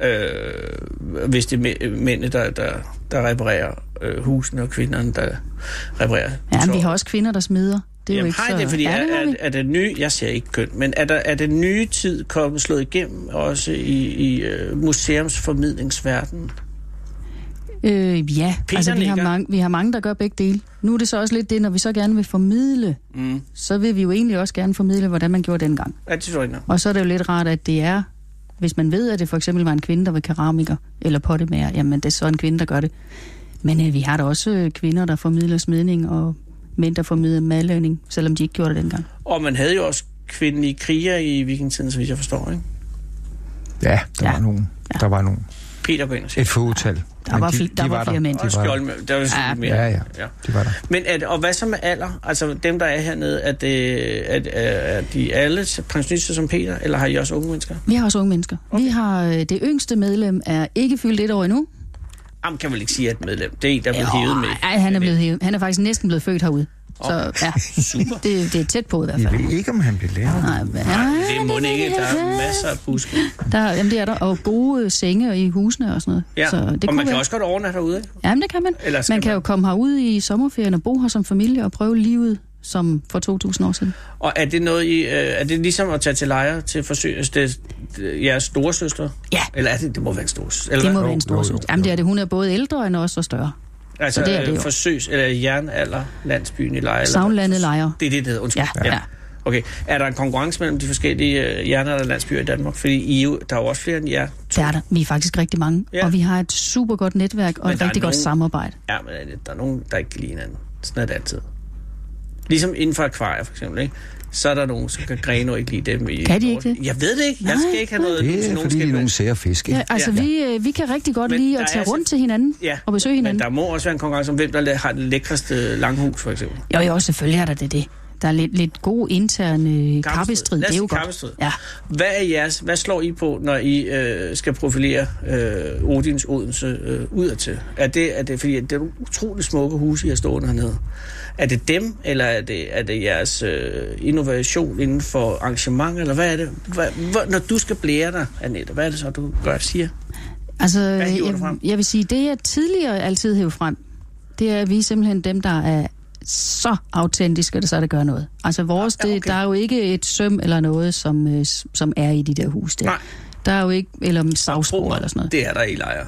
Speaker 4: Hvis det er mændene, der reparerer husene, og kvinderne, der reparerer
Speaker 5: ja, men vi har også kvinder, der smider. Det er jo ikke
Speaker 4: så... det, fordi er det nye... Jeg siger ikke køn, men er det nye tid kommet slået igennem også i museumsformidlingsverdenen?
Speaker 5: Ja, altså vi har mange, der gør begge dele. Nu er det så også lidt det, når vi så gerne vil formidle, så vil vi jo egentlig også gerne formidle, hvordan man gjorde dengang.
Speaker 4: Ja, det er
Speaker 5: og så er det jo lidt rart, at det er... Hvis man ved, at det for eksempel var en kvinde, der var keramiker eller pottemager, jamen det er så en kvinde, der gør det. Men vi har da også kvinder, der formidler smidning, og mænd, der formidler madlavning, selvom de ikke gjorde det dengang.
Speaker 4: Og man havde jo også kvindelige kriger i vikingtiden, så vidt jeg forstår, ikke?
Speaker 6: Ja, der var nogen.
Speaker 4: Peter på engelsk.
Speaker 6: Et fåtal.
Speaker 5: Der var flere mænd.
Speaker 4: Der var mere.
Speaker 6: Ja, de var der.
Speaker 4: Men og hvad så med alder? Altså dem, der er hernede, er de alle pensionister som Peter, eller har I også unge mennesker?
Speaker 5: Vi har også unge mennesker. Okay. Vi har det yngste medlem er ikke fyldt 1 år endnu.
Speaker 4: Jamen, kan vel ikke sige, at medlem. Det er en, der er blevet hævet med.
Speaker 5: Nej, han er blevet hævet. Han er faktisk næsten blevet født herude. Så ja,
Speaker 4: super.
Speaker 5: Det er tæt på i hvert fald.
Speaker 6: Jeg ved ikke, om han bliver lærer.
Speaker 4: Nej, det må ikke. Der er masser af buske.
Speaker 5: Jamen, det er der. Og gode senge i husene og sådan noget.
Speaker 4: Ja,
Speaker 5: så det
Speaker 4: og man kan også godt overnatte herude, ikke?
Speaker 5: Jamen, det kan man. Man kan jo komme herud i sommerferien og bo her som familie og prøve livet som for 2000 år siden.
Speaker 4: Og er det noget, er det ligesom at tage til lejre til forsøg, jeres storesøster?
Speaker 5: Ja.
Speaker 4: Eller er det må være en storesøster?
Speaker 5: Det må være en storesøster. Jamen, det er det. Hun er både ældre end os og større.
Speaker 4: Altså så det er det forsøgs, eller jernalder, landsbyen i Lejre?
Speaker 5: Savnlandet Lejre.
Speaker 4: Det er det hedder, undskyld. Ja. Okay, er der en konkurrence mellem de forskellige jernalder landsbyer i Danmark? Fordi der er jo også flere end jer.
Speaker 5: Det er der. Vi er faktisk rigtig mange. Ja. Og vi har et super godt netværk og et rigtig godt samarbejde.
Speaker 4: Ja, men der er nogen, der ikke kan lide hinanden. Sådan er det altid. Ligesom inden for akvarier, for eksempel, ikke? Så er der nogen, som kan grene og ikke lide dem.
Speaker 5: Kan de ikke det?
Speaker 4: Jeg ved det ikke. Jeg skal ikke have noget...
Speaker 6: Det er fordi, de er nogle sære fisk.
Speaker 5: Ja, altså, vi kan rigtig godt lide at tage rundt til hinanden og besøge hinanden.
Speaker 4: Men der må også være en konkurrence om, hvem der har det lækreste langhus, for eksempel.
Speaker 5: Jo, selvfølgelig er der det. Der er lidt god intern kappestrid.
Speaker 4: Det er jo godt. Ja. Hvad slår I på, når I skal profilere Odins Odense udadtil? Er det fordi det er utroligt smukke huse, I har stående hernede? Er det dem, eller er det jeres innovation inden for arrangement, eller hvad er det? Når du skal blære dig, Annette, hvad er det så, du siger?
Speaker 5: Altså, jeg vil sige, det jeg tidligere altid hæver frem, det er, at vi er simpelthen dem, der er så autentiske, at det gør noget. Altså vores, okay. Der er jo ikke et søm eller noget, som er i de der hus der. Nej. Der er jo ikke, eller savspor eller sådan noget.
Speaker 4: Det er der i Lejre.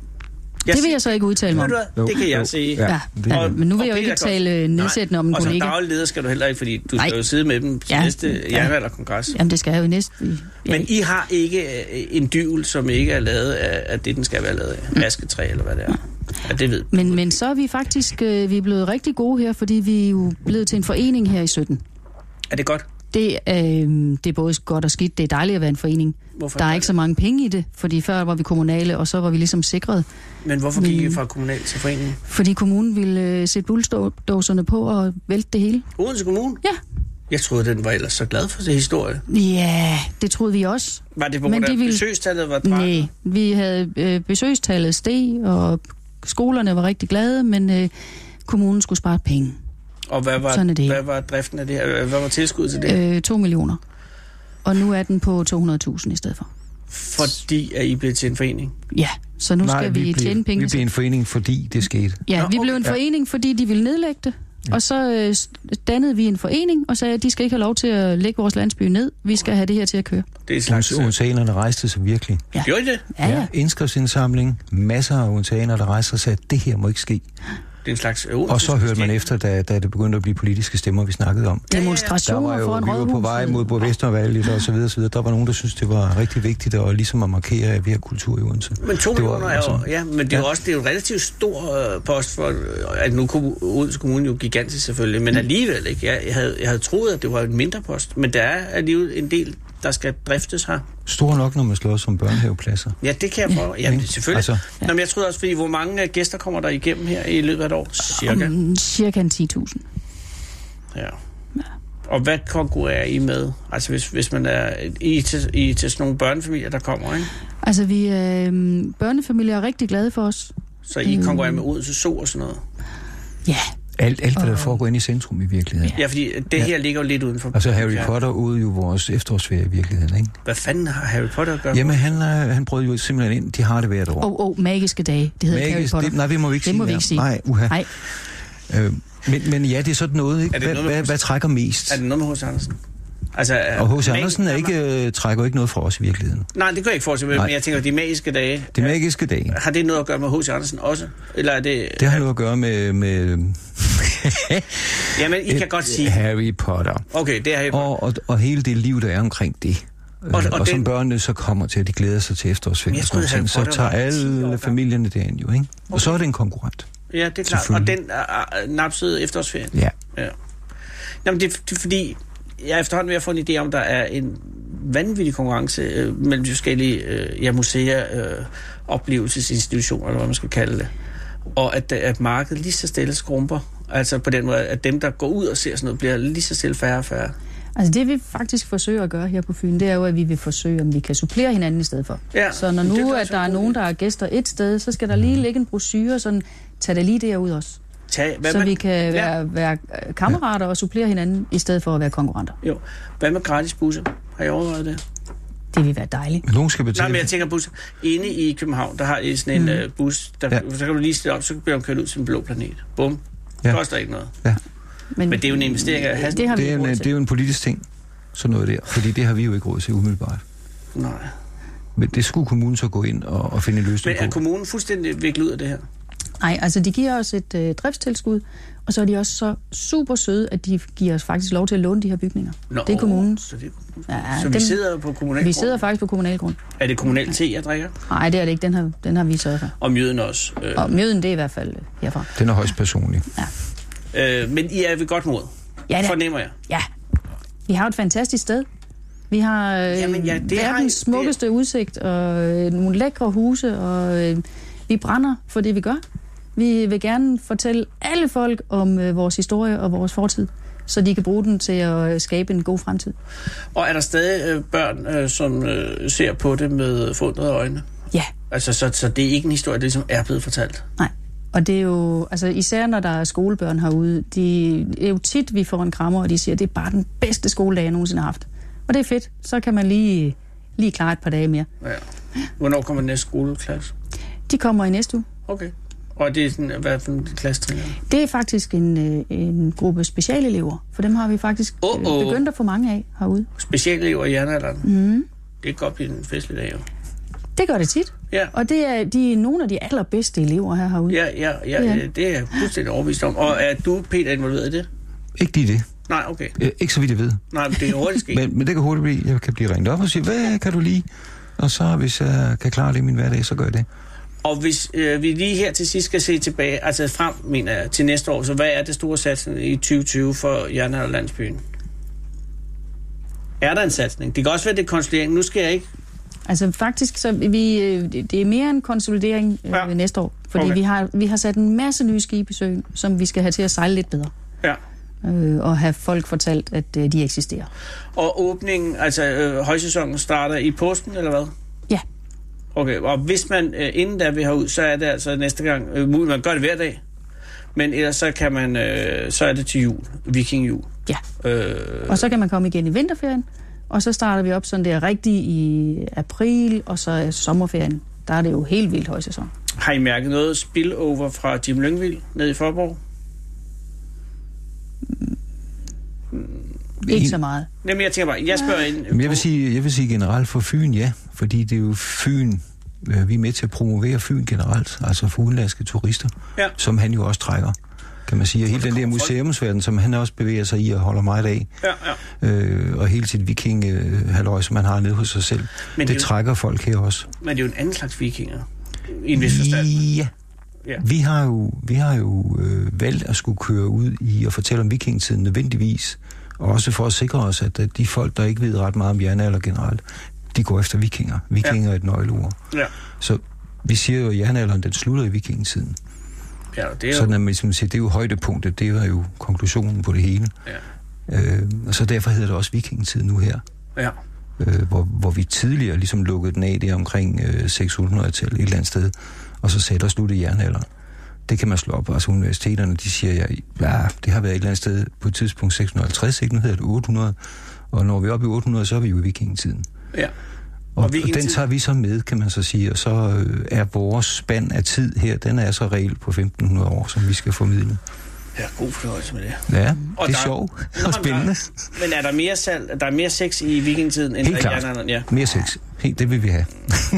Speaker 5: Det vil jeg så ikke udtale mig om.
Speaker 4: Det kan jeg sige.
Speaker 5: Ja. Men nu vil jeg jo ikke tale nedsættende om en kollega.
Speaker 4: Og som daglig leder skal du heller ikke, fordi du skal jo sidde med dem til næste jernalderkongres.
Speaker 5: Jamen det skal jeg jo næste.
Speaker 4: Men I har ikke en dyvel, som ikke er lavet af det, den skal være lavet af. Asketræ eller hvad det er. Ja, det ved.
Speaker 5: Men så er vi faktisk vi er blevet rigtig gode her, fordi vi er jo blevet til en forening her i 17.
Speaker 4: Er det godt?
Speaker 5: Det er både godt og skidt. Det er dejligt at være en forening.
Speaker 4: Hvorfor
Speaker 5: der er ikke så mange penge i det, fordi før var vi kommunale, og så var vi ligesom sikret.
Speaker 4: Men hvorfor gik I fra kommunal til forening?
Speaker 5: Fordi kommunen ville sætte bulldozerne på og vælte det hele.
Speaker 4: Odense Kommune?
Speaker 5: Ja.
Speaker 4: Jeg troede, den var ellers så glad for sin historie.
Speaker 5: Ja, det troede vi også.
Speaker 4: Var det på grund af besøgstallet var dræt?
Speaker 5: Nej, vi havde besøgstallet steg, og skolerne var rigtig glade, men kommunen skulle spare penge.
Speaker 4: Og hvad var driften af det her? Hvad var tilskuddet til det?
Speaker 5: 2 millioner. Og nu er den på 200.000 i stedet for.
Speaker 4: Fordi at I blev til en forening?
Speaker 5: Ja, så nu skal vi tjene penge.
Speaker 6: Vi blev en forening, fordi det skete.
Speaker 5: Ja, vi blev en forening, fordi de ville nedlægge det. Ja. Og så dannede vi en forening, og sagde, at de skal ikke have lov til at lægge vores landsby ned. Vi skal have det her til at køre.
Speaker 4: Det er et slags...
Speaker 6: Odenseanerne rejste sig virkelig.
Speaker 5: Ja.
Speaker 4: Gjorde I det?
Speaker 5: Ja.
Speaker 6: Indskriftsindsamling. Masser af odenseanere, der rejste sig og sagde, at det her må ikke ske.
Speaker 4: Det er en slags
Speaker 6: og så hørte man efter, da det begyndte at blive politiske stemmer, vi snakkede om.
Speaker 5: Demonstrationer foran rådhuset.
Speaker 6: Vi var på vej mod Borgmestervalget og så videre, så videre. Der var nogen, der syntes, det var rigtig vigtigt at ligesom at markere, at vi har kultur i Odense.
Speaker 4: Men 2 millioner er jo, ja, men det er jo også det er jo en relativt stor post for, at nu kunne Odense Kommune jo gigantisk selvfølgelig, men alligevel ikke. Jeg havde troet, at det var en mindre post, men der er alligevel en del, der skal driftes her.
Speaker 6: Stor nok, når man slår som børnehavepladser.
Speaker 4: Ja, det kan jeg prøve. Ja, selvfølgelig. Altså, ja. Nå, men jeg troede også, fordi hvor mange gæster kommer der igennem her i løbet af et år?
Speaker 5: Cirka 10.000.
Speaker 4: Ja. Og hvad konkurrerer I med? Altså hvis man er I til sådan nogle børnefamilier, der kommer, ikke?
Speaker 5: Altså børnefamilier er rigtig glade for os.
Speaker 4: Så I konkurrerer med Odense Zoo og sådan noget?
Speaker 5: Ja.
Speaker 6: Alt hvad der foregår inde i centrum i virkeligheden.
Speaker 4: Ja, fordi det her ligger jo lidt udenfor.
Speaker 6: Og så Harry Potter ude jo vores efterårsferie i virkeligheden, ikke?
Speaker 4: Hvad fanden har Harry Potter at gøre?
Speaker 6: Jamen, han brød jo simpelthen ind. De har det hvert år.
Speaker 5: Magiske dage. Det hedder Harry Potter.
Speaker 6: Nej, det må vi ikke sige. Nej, uha. Men ja, det er sådan noget, ikke? Hvad trækker mest?
Speaker 4: Er det noget med H.C. Andersen? Altså,
Speaker 6: og H.C. Andersen trækker ikke noget fra os i virkeligheden.
Speaker 4: Nej, det kan jeg ikke forestille mig, men jeg tænker, de magiske dage...
Speaker 6: De magiske dage.
Speaker 4: Har det noget at gøre med H.C. Andersen også? Eller er det...
Speaker 6: Det har noget at gøre med
Speaker 4: Jamen, I kan godt sige...
Speaker 6: Harry Potter.
Speaker 4: Okay, det er Harry Potter.
Speaker 6: Og hele det liv, der er omkring det. Og som børnene så kommer til, at de glæder sig til efterårsferien. Så tager alle familierne derind jo, ikke? Og så er det en konkurrent.
Speaker 4: Ja, det er klart. Og den napsede efterårsferien.
Speaker 6: Ja.
Speaker 4: Jamen, det er fordi... Jeg er efterhånden ved at få en idé om, der er en vanvittig konkurrence mellem de forskellige museer, oplevelsesinstitutioner, eller hvad man skal kalde det. Og at markedet lige så stille skrumper. Altså på den måde, at dem, der går ud og ser sådan noget, bliver lige så stille færre og færre.
Speaker 5: Altså det vi faktisk forsøger at gøre her på Fyn, det er jo, at vi vil forsøge, om vi kan supplere hinanden i stedet for. Ja, så når nu, at der er nogen, der er gæster et sted, så skal der lige ligge en brochure, sådan, tag det lige derud også. Så vi kan være kammerater og supplere hinanden, i stedet for at være konkurrenter.
Speaker 4: Jo. Hvad med gratis busser? Har I overvejet det?
Speaker 5: Det vil være dejligt.
Speaker 6: Men nogen skal betale.
Speaker 4: Nej, men jeg tænker busser. Inde i København, der har I sådan en bus, så kan du lige stille op, så bliver du kørt ud til en blå planet. Bum. Det koster ikke noget. Ja. Men det er jo en investering af hastighed.
Speaker 6: Det er jo en politisk ting, sådan noget der. Fordi det har vi jo ikke råd til umiddelbart.
Speaker 4: Nej.
Speaker 6: Men det skulle kommunen så gå ind og finde en løsning på.
Speaker 4: Men er kommunen fuldstændig viklet ud af det her?
Speaker 5: Nej, altså de giver os et driftstilskud, og så er de også så super søde, at de giver os faktisk lov til at låne de her bygninger. Nå, det er kommunens.
Speaker 4: Så vi sidder på kommunal grund?
Speaker 5: Vi sidder faktisk på kommunal grund.
Speaker 4: Er det kommunal te, jeg drikker?
Speaker 5: Nej, det er det ikke. Den har vi sørget for.
Speaker 4: Og mjøden også?
Speaker 5: Og mjøden, det er i hvert fald herfra.
Speaker 6: Den er højst personlig.
Speaker 5: Ja.
Speaker 4: Men I er ved godt mod?
Speaker 5: Ja,
Speaker 4: fornemmer jeg.
Speaker 5: Ja. Vi har et fantastisk sted. Vi har verdens smukkeste udsigt, og nogle lækre huse, og vi brænder for det, vi gør. Vi vil gerne fortælle alle folk om vores historie og vores fortid, så de kan bruge den til at skabe en god fremtid.
Speaker 4: Og er der stadig børn, som ser på det med forundrede øjne?
Speaker 5: Ja.
Speaker 4: Altså, så det er ikke en historie, der ligesom er blevet fortalt?
Speaker 5: Nej. Og det er jo, altså især når der er skolebørn herude, det er jo tit, vi får en krammer, og de siger, at det er bare den bedste skoledag, jeg nogensinde har haft. Og det er fedt. Så kan man lige klare et par dage mere.
Speaker 4: Ja. Hvornår kommer næste skoleklasse?
Speaker 5: De kommer i næste uge.
Speaker 4: Okay. Og det er sådan, hvad for en klassetrin?
Speaker 5: Det er faktisk en gruppe specialelever, for dem har vi faktisk begyndt at få mange af herude.
Speaker 4: Specialelever i jernalderen?
Speaker 5: Mm.
Speaker 4: Det kan godt blive en festlig dag, jo.
Speaker 5: Det gør det tit.
Speaker 4: Ja. Og
Speaker 5: det er de nogle af de allerbedste elever her herude.
Speaker 4: Ja, det er jeg fuldstændig overbevist om. Og er du, Peter, involveret i det?
Speaker 6: Ikke lige det.
Speaker 4: Nej, okay.
Speaker 6: Ikke så vidt jeg ved.
Speaker 4: Nej, men det er hurtigt ske.
Speaker 6: men det kan hurtigt blive, jeg kan blive ringet op og sige, hvad kan du lide? Og så, hvis jeg kan klare det i min hverdag, så gør jeg det.
Speaker 4: Og hvis vi lige her til sidst skal se tilbage, altså frem, mener jeg, til næste år, så hvad er det store satsning i 2020 for Jernalderlandsbyen? Er der en satsning? Det kan også være, det er konsolidering. Nu skal jeg ikke...
Speaker 5: Altså faktisk, så det er mere en konsolidering næste år. Fordi vi har sat en masse nye skibe i søen, som vi skal have til at sejle lidt bedre. Ja. Og have folk fortalt, at de eksisterer. Og
Speaker 4: åbningen, altså højsæsonen starter i påsken, eller hvad?
Speaker 5: Ja.
Speaker 4: Okay, og hvis man inden der vil herud, så er det altså næste gang, man gør det hver dag, men ellers så kan man, så er det til jul, vikingjul.
Speaker 5: Ja, og så kan man komme igen i vinterferien, og så starter vi op sådan der rigtigt i april, og så er sommerferien, der er det jo helt vildt højsæson.
Speaker 4: Har I mærket noget spillover fra Jim Lyngvild nede i Faaborg?
Speaker 5: Ikke så meget.
Speaker 4: Jamen, jeg tænker bare, jeg spørger ind...
Speaker 6: Jeg vil sige generelt for Fyn, ja. Fordi det er jo Fyn, vi er med til at promovere Fyn generelt, altså for udenlandske turister, som han jo også trækker, kan man sige. Og hele den der museumsverden, som han også bevæger sig i og holder meget af. Og hele sit viking-halløj, som han har nede hos sig selv, det trækker folk her også.
Speaker 4: Men det er jo en anden slags vikinger, i en vis forstand.
Speaker 6: Ja. Vi har jo valgt at skulle køre ud i og fortælle om vikingetiden nødvendigvis, også for at sikre os, at de folk, der ikke ved ret meget om jernalder generelt, de går efter vikinger. Vikinger er et nøgleord. Ja. Så vi siger jo, at jernalderen, den slutter i vikingetiden.
Speaker 4: Ja, det er
Speaker 6: sådan, at man siger, det er jo højdepunktet, det er jo konklusionen på det hele. Ja. Og så derfor hedder det også vikingetid nu her. Ja. Hvor vi tidligere ligesom lukkede den af der omkring 600-tallet et eller andet sted, og så sagde der slut i jernalderen. Det kan man slå op. Altså universiteterne, de siger, det har været et eller andet sted på et tidspunkt 650, ikke? Nu hedder det 800. Og når vi er oppe i 800, så er vi jo i vikingetiden. Ja. Og den tager vi så med, kan man så sige. Og så er vores spand af tid her, den er så reelt på 1500 år, som vi skal formidle.
Speaker 4: Ja, god fornøjelse med det.
Speaker 6: Ja, og det er sjovt og spændende.
Speaker 4: Men er der mere salg, der er mere sex i vikingetiden end i jernalderen?
Speaker 6: Ja. Mere sex. Helt, det vil vi have.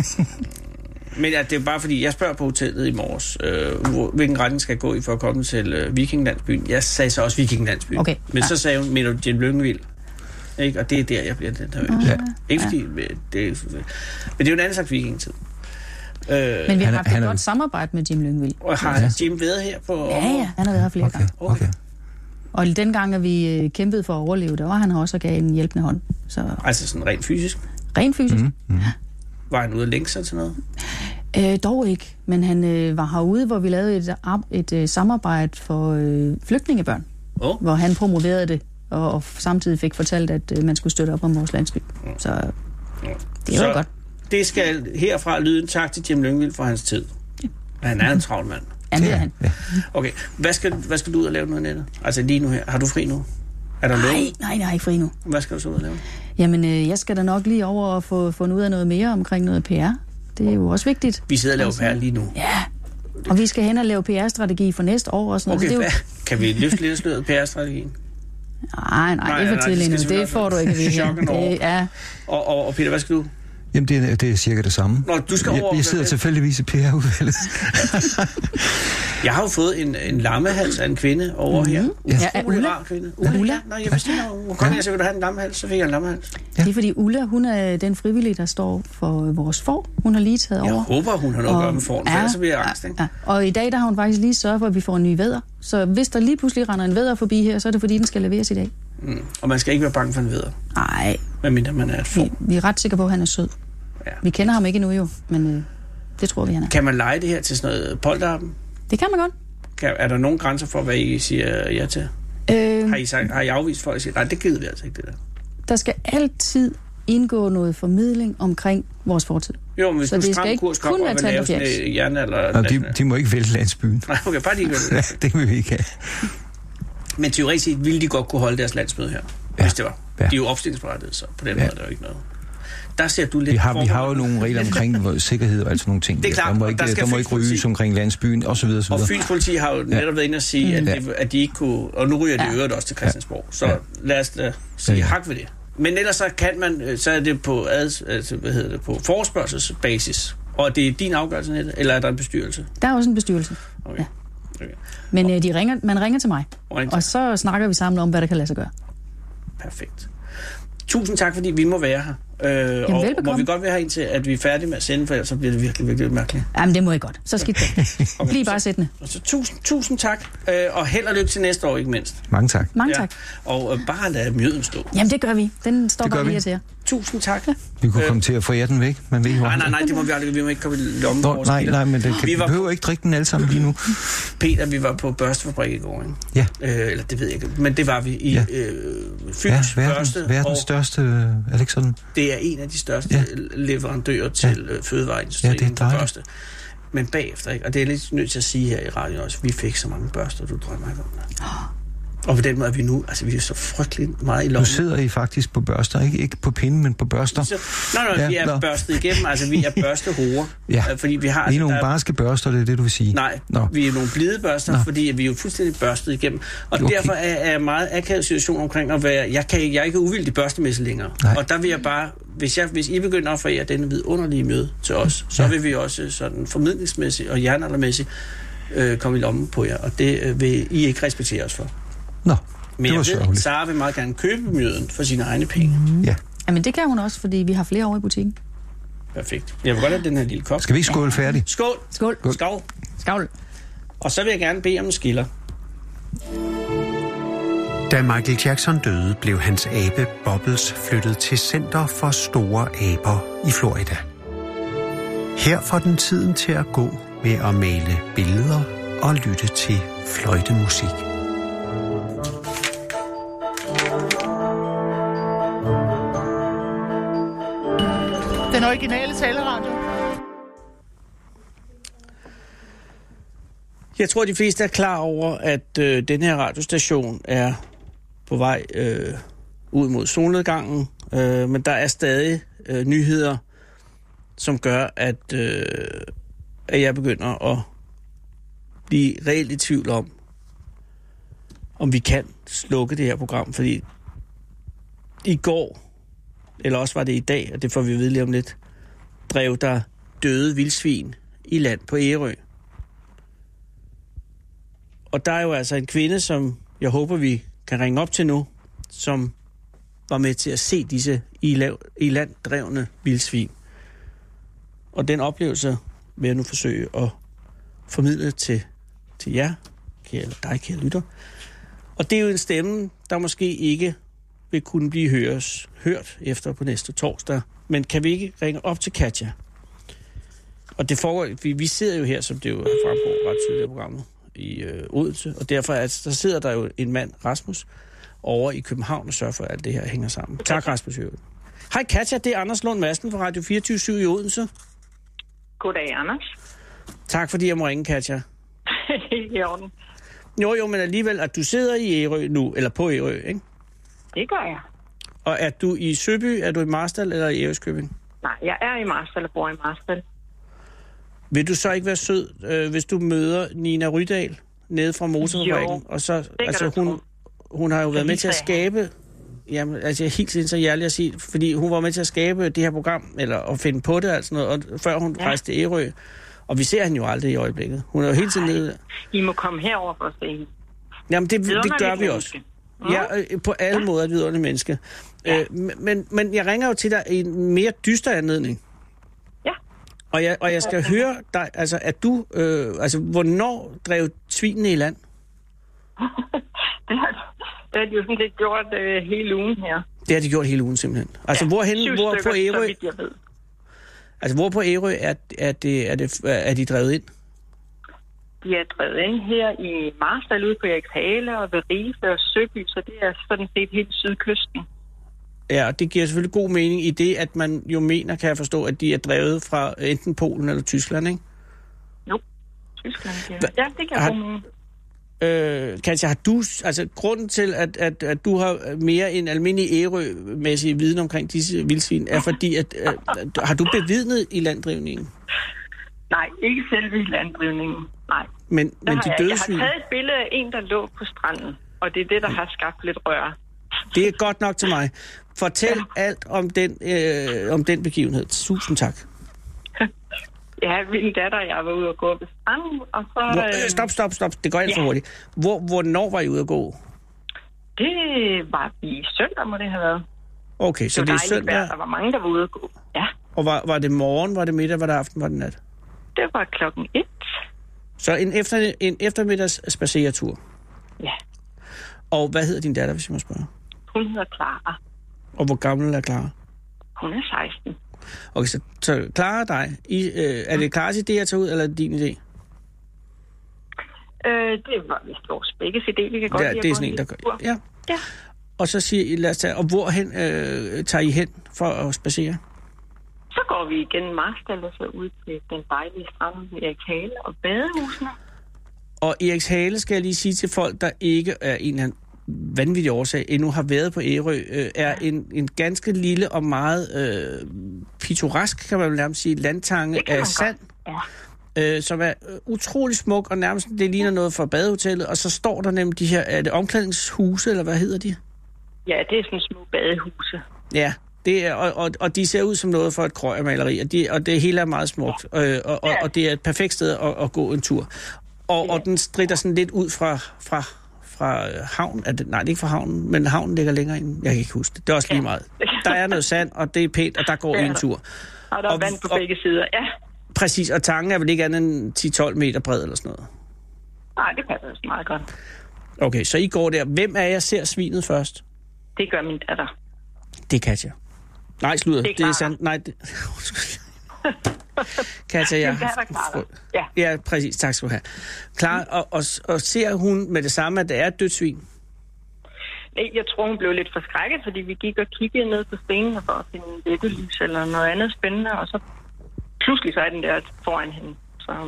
Speaker 4: Men det er bare fordi, jeg spørger på hotellet i morges, hvilken retning skal jeg gå i for at komme til Vikinglandsbyen. Jeg sagde så også Vikinglandsbyen. Okay. Men så sagde hun, mener du Jim Lyngvild? Ikke? Og det er der, jeg bliver den nervøs. Ja. Ikke fordi, men det er jo en anden slags vikingetid.
Speaker 5: Men vi har haft et godt samarbejde med Jim Lyngvild.
Speaker 4: Og har Jim været her på...
Speaker 5: Ja, han har været her flere gange. Okay. Og den gang, at vi kæmpede for at overleve, der var han også og gav en hjælpende hånd. Så...
Speaker 4: Altså sådan rent fysisk?
Speaker 5: Rent fysisk, ja.
Speaker 4: Var han ude at længe sig til noget?
Speaker 5: Dog ikke, men han var herude, hvor vi lavede et samarbejde for flygtningebørn, hvor han promoverede det, og samtidig fik fortalt, at man skulle støtte op om vores landsby. Så det er jo godt.
Speaker 4: Det skal herfra lyde en tak til Jim Lyngvild for hans tid. Ja. Han er en travl mand.
Speaker 5: Ja, det er han. Okay,
Speaker 4: hvad skal du ud og lave nu, Annette? Altså lige nu her. Har du fri nu? Er der
Speaker 5: Nej, jeg er ikke fri nu.
Speaker 4: Hvad skal du så ud og lave?
Speaker 5: Jamen, jeg skal da nok lige over og få fundet ud af noget mere omkring noget PR. Det er jo også vigtigt.
Speaker 4: Vi sidder og laver PR lige nu.
Speaker 5: Ja, og vi skal hen og lave PR-strategi for næste år og sådan noget.
Speaker 4: Okay, kan vi løfte lidt af sløret PR-strategien?
Speaker 5: Nej, det er for tidligt nu. Det får du ikke at vide her.
Speaker 4: Og Peter, hvad skal du?
Speaker 6: Jamen, det er cirka det samme.
Speaker 4: Nå, du skal over...
Speaker 6: Jeg sidder tilfældigvis i PR-udvalget.
Speaker 4: Jeg har jo fået en lammehals af en kvinde over her.
Speaker 5: Ja, Ulla.
Speaker 4: Kvinde. Ulla? Nej, jeg vidste ikke, hvor kom jeg så, vil du have en lammehals? Så fik jeg en lammehals.
Speaker 5: Ja. Det er fordi Ulla, hun er den frivillige, der står for vores får. Hun har lige taget over.
Speaker 4: Jeg håber, hun har noget at gøre med foran, for ellers så bliver jeg angst, ikke?
Speaker 5: Ja. Og i dag, der har hun faktisk lige sørget for, at vi får en ny vædder. Så hvis der lige pludselig render en vædder forbi her, så er det fordi, den skal leveres i dag.
Speaker 4: Og man skal ikke være bange for en vædder.
Speaker 5: Nej.
Speaker 4: Medmindre man er et får.
Speaker 5: Vi er ret sikre på, at han er sød. Ja. Vi kender ham ikke endnu jo, men det tror vi, han er.
Speaker 4: Kan man lege det her til sådan noget polterappen?
Speaker 5: Det kan man godt.
Speaker 4: Er der nogen grænser for, hvad I siger ja til? Har I afvist folk at sige, nej, det gider vi altså ikke, det der?
Speaker 5: Der skal altid indgå noget formidling omkring vores fortid.
Speaker 4: Jo, men hvis
Speaker 5: så
Speaker 4: du
Speaker 5: det skal ikke kun være tand og fjæs.
Speaker 6: De må ikke vælge landsbyen.
Speaker 4: Nej, okay, bare de ikke vælge.
Speaker 6: Det vil vi ikke have.
Speaker 4: Men teoretisk set ville de godt kunne holde deres landsmøde her, hvis det var. Ja. De er jo opstillingsberettigede, så på den måde er der jo ikke noget. Der ser du lidt...
Speaker 6: Vi har jo nogle regler omkring sikkerhed og altså nogle ting.
Speaker 4: Det er klart,
Speaker 6: der må ikke ryges omkring landsbyen, og så videre.
Speaker 4: Og Fyns politi har jo netop været inde og sige, at de ikke kunne... Og nu ryger de øvrigt også til Christiansborg. Så lad os da sige hak ved det. Men ellers så kan man... Så er det på, på forespørgselsbasis. Og det er din afgørelse, Nette? Eller er der en bestyrelse?
Speaker 5: Der er også en bestyrelse. Okay. Ja. Okay. Men man ringer til mig. Og så snakker vi sammen om, hvad der kan lade sig gøre.
Speaker 4: Perfekt. Tusind tak, fordi vi må være her. Og må vi godt være her indtil, at vi er færdige med at sende, for ellers så bliver det virkelig, virkelig mærkeligt.
Speaker 5: Jamen, det må I godt. Så skidt det.
Speaker 4: Okay,
Speaker 5: bliv bare sættende.
Speaker 4: Så tusind tak, og held og lykke til næste år, ikke mindst.
Speaker 6: Mange tak.
Speaker 5: Mange tak.
Speaker 4: Og bare lad mjøden stå.
Speaker 5: Jamen, det gør vi. Den står bare lige til jer.
Speaker 4: Tusind tak.
Speaker 6: Vi kunne komme til at forære den væk, men
Speaker 4: nej, det må vi aldrig. Vi må ikke komme i lommen på vores biler.
Speaker 6: Nej, men vi behøver ikke drikke den alle sammen lige nu.
Speaker 4: Peter, vi var på børstefabrik i går, ikke?
Speaker 6: Ja.
Speaker 4: Eller det ved jeg ikke, men det var vi i Fyns børste.
Speaker 6: Verdens største, er det ikke sådan?
Speaker 4: Det er en af de største leverandører til fødevareindustrien.
Speaker 6: Ja, det er dejligt.
Speaker 4: Men bagefter, ikke? Og det er lidt nødt til at sige her i radioen også, vi fik så mange børster, du drømmer ikke om det. Og på den måde er vi nu, altså vi er så frygteligt meget i lommen.
Speaker 6: Nu sidder I faktisk på børster, ikke på pinden, men på børster.
Speaker 4: Nej, vi er børstet igennem, altså vi er børstehorer.
Speaker 6: Ja,
Speaker 4: fordi vi har,
Speaker 6: vi er nogle barske børster, det er det, du vil sige.
Speaker 4: Nej, vi er nogle blide børster, fordi vi er jo fuldstændig børstet igennem. Og derfor er jeg meget akavet situation omkring at være, jeg er ikke uvildig børstemesse længere. Nej. Og der vil jeg bare, hvis I begynder at forære denne vidunderlige møde til os, så vil vi også sådan formidlingsmæssigt og jernaldermæssigt komme i lommen på jer, og det vil I ikke respektere os for.
Speaker 6: Nå,
Speaker 4: men jeg ved, at Sara vil meget gerne købe mjøden for sine egne penge.
Speaker 6: Ja.
Speaker 5: Jamen det kan hun også, fordi vi har flere over i butikken.
Speaker 4: Perfekt. Jeg vil godt have den her lille kop.
Speaker 6: Skal vi ikke skåle færdig?
Speaker 4: Skål!
Speaker 5: Skål!
Speaker 4: Skål!
Speaker 5: Skål!
Speaker 4: Og så vil jeg gerne bede om en skiller.
Speaker 2: Da Michael Jackson døde, blev hans abe Bubbles flyttet til Center for Store Aber i Florida. Her får den tiden til at gå med at male billeder og lytte til fløjtemusik.
Speaker 7: Den originale taleradio.
Speaker 4: Jeg tror, de fleste er klar over, at den her radiostation er på vej ud mod solnedgangen. Men der er stadig nyheder, som gør, at jeg begynder at blive reelt i tvivl om vi kan slukke det her program. Fordi i går, eller også var det i dag, og det får vi at vide lige om lidt, drev der døde vildsvin i land på Ærø. Og der er jo altså en kvinde, som jeg håber, vi kan ringe op til nu, som var med til at se disse i land drevne vildsvin. Og den oplevelse vil jeg nu forsøge at formidle til jer, kære lytter. Og det er jo en stemme, der måske ikke vil kunne blive hørt efter på næste torsdag. Men kan vi ikke ringe op til Katja? Og det foregår, vi sidder jo her, som det jo er fremgår ret tydeligt i programmet, i Odense, og derfor der sidder der jo en mand, Rasmus, over i København og sørger for, at alt det her hænger sammen. Tak, Rasmus. Hej Katja, det er Anders Lund Madsen fra Radio 24 i Odense.
Speaker 3: Goddag, Anders.
Speaker 4: Tak fordi jeg må ringe, Katja.
Speaker 3: Helt i orden.
Speaker 4: Jo, men alligevel, at du sidder i Ærø nu, eller på Ærø, ikke?
Speaker 3: Det gør jeg.
Speaker 4: Og er du i Søby, er du i Marstal eller i Ærøskøbing?
Speaker 3: Nej, jeg er i Marstal og bor i Marstal.
Speaker 4: Vil du så ikke være sød, hvis du møder Nina Rydal nede fra motorfabrikken? Og så, altså, hun har jo været med til at skabe... Jamen, altså, jeg er helt sindssygt så ærlig at sige, fordi hun var med til at skabe det her program, eller at finde på det, altså noget, og før hun rejste til Ærø. Og vi ser hende jo aldrig i øjeblikket. Hun er jo hele tiden nede...
Speaker 3: I må komme herover for at se hende.
Speaker 4: Jamen, det gør vi også. Ja, på alle måder et vidunderligt menneske. Ja. Men jeg ringer jo til dig i en mere dyster anledning.
Speaker 3: Ja.
Speaker 4: Og jeg skal høre dig, altså, at du... hvornår drev svinene i land?
Speaker 3: Det har de jo sådan lidt gjort hele ugen her.
Speaker 4: Det har de gjort hele ugen simpelthen. Altså, hvor på Ærø... Altså, hvor på Ærø er de drevet ind?
Speaker 3: de er drevet ind her i Marstal ude på Erikshale og ved Ribe og Søby, så det er sådan set helt sydkysten.
Speaker 4: Ja, og det giver selvfølgelig god mening i det, at man jo mener, kan jeg forstå, at de er drevet fra enten Polen eller Tyskland, ikke?
Speaker 3: Jo, Tyskland, ja. Det kan god mening.
Speaker 4: Katja, har du, altså grunden til, at du har mere en almindelig ærømæssig viden omkring disse vildsvin, er fordi, at har du bevidnet i landdrivningen?
Speaker 3: Nej, ikke selve i landdrivningen, nej.
Speaker 4: Men de døde svin?
Speaker 3: Jeg har taget et billede af en, der lå på stranden, og det er det, der har skabt lidt røre.
Speaker 4: Det er godt nok til mig. Fortæl alt om den begivenhed. Tusind tak.
Speaker 3: Ja, min datter og jeg var ude og gå ved stranden, og så...
Speaker 4: Stop. Det går alt for hurtigt. Hvornår var I ude at gå?
Speaker 3: Det var i søndag, må det have været.
Speaker 4: Okay, så det er søndag.
Speaker 3: Der var mange, der var ude at gå, ja.
Speaker 4: Og var det morgen, var det middag, var det aften, var det nat?
Speaker 3: Det var 1:00. Så
Speaker 4: en eftermiddags spaceretur?
Speaker 3: Ja.
Speaker 4: Og hvad hedder din datter, hvis jeg må spørge?
Speaker 3: Hun hedder Clara.
Speaker 4: Og hvor gammel er Clara?
Speaker 3: Hun er 16.
Speaker 4: Okay, så Clara og dig, er det Claras idé at tage ud, eller er det din idé?
Speaker 3: Det var vist vores begges idé, vi kan godt lide
Speaker 4: det er sådan en, der gør. Ja. Og så siger I, lad os tage, og hvorhen tager I hen for at spacere?
Speaker 3: Så går vi igen Marstal og så ud til den dejlige strand ved Erikshale og badehusene. Og
Speaker 4: Erikshale, skal jeg lige sige til folk, der ikke er en af vanvittig årsag endnu har været på Ærø, er en ganske lille og meget pittoresk, kan man vel nærmest sige, landtange af sand, som er utrolig smuk, og nærmest det ligner noget fra badehotellet, og så står der nemlig de her, er det omklædningshuse, eller hvad hedder de?
Speaker 3: Ja, det er sådan små badehuse.
Speaker 4: Ja, det er, og de ser ud som noget for et krøjermaleri, og det hele er meget smukt, og det er et perfekt sted at gå en tur. Og den stritter sådan lidt ud fra havnen. Nej, det er ikke fra havnen, men havnen ligger længere ind. Jeg kan ikke huske det. Det er også lige meget. Der er noget sand, og det er pænt, og der går en tur.
Speaker 3: Og der er vand på begge sider, ja.
Speaker 4: Præcis, og tangen er vel ikke andet end 10-12 meter bred eller sådan noget?
Speaker 3: Nej, det passer også meget godt.
Speaker 4: Okay, så I går der. Hvem af jer ser svinet først?
Speaker 3: Det gør min datter.
Speaker 4: Det er Katja. Nej, slutter. Det er sandt. Nej, det... Katja, ja, præcis. Tak skal du have. Klar, og ser hun med det samme, at det er et dødt svin?
Speaker 3: Nej, jeg tror, hun blev lidt forskrækket, fordi vi gik og kiggede ned på stenene for at finde en væggelys eller noget andet spændende, og så pludselig så er den der foran hende.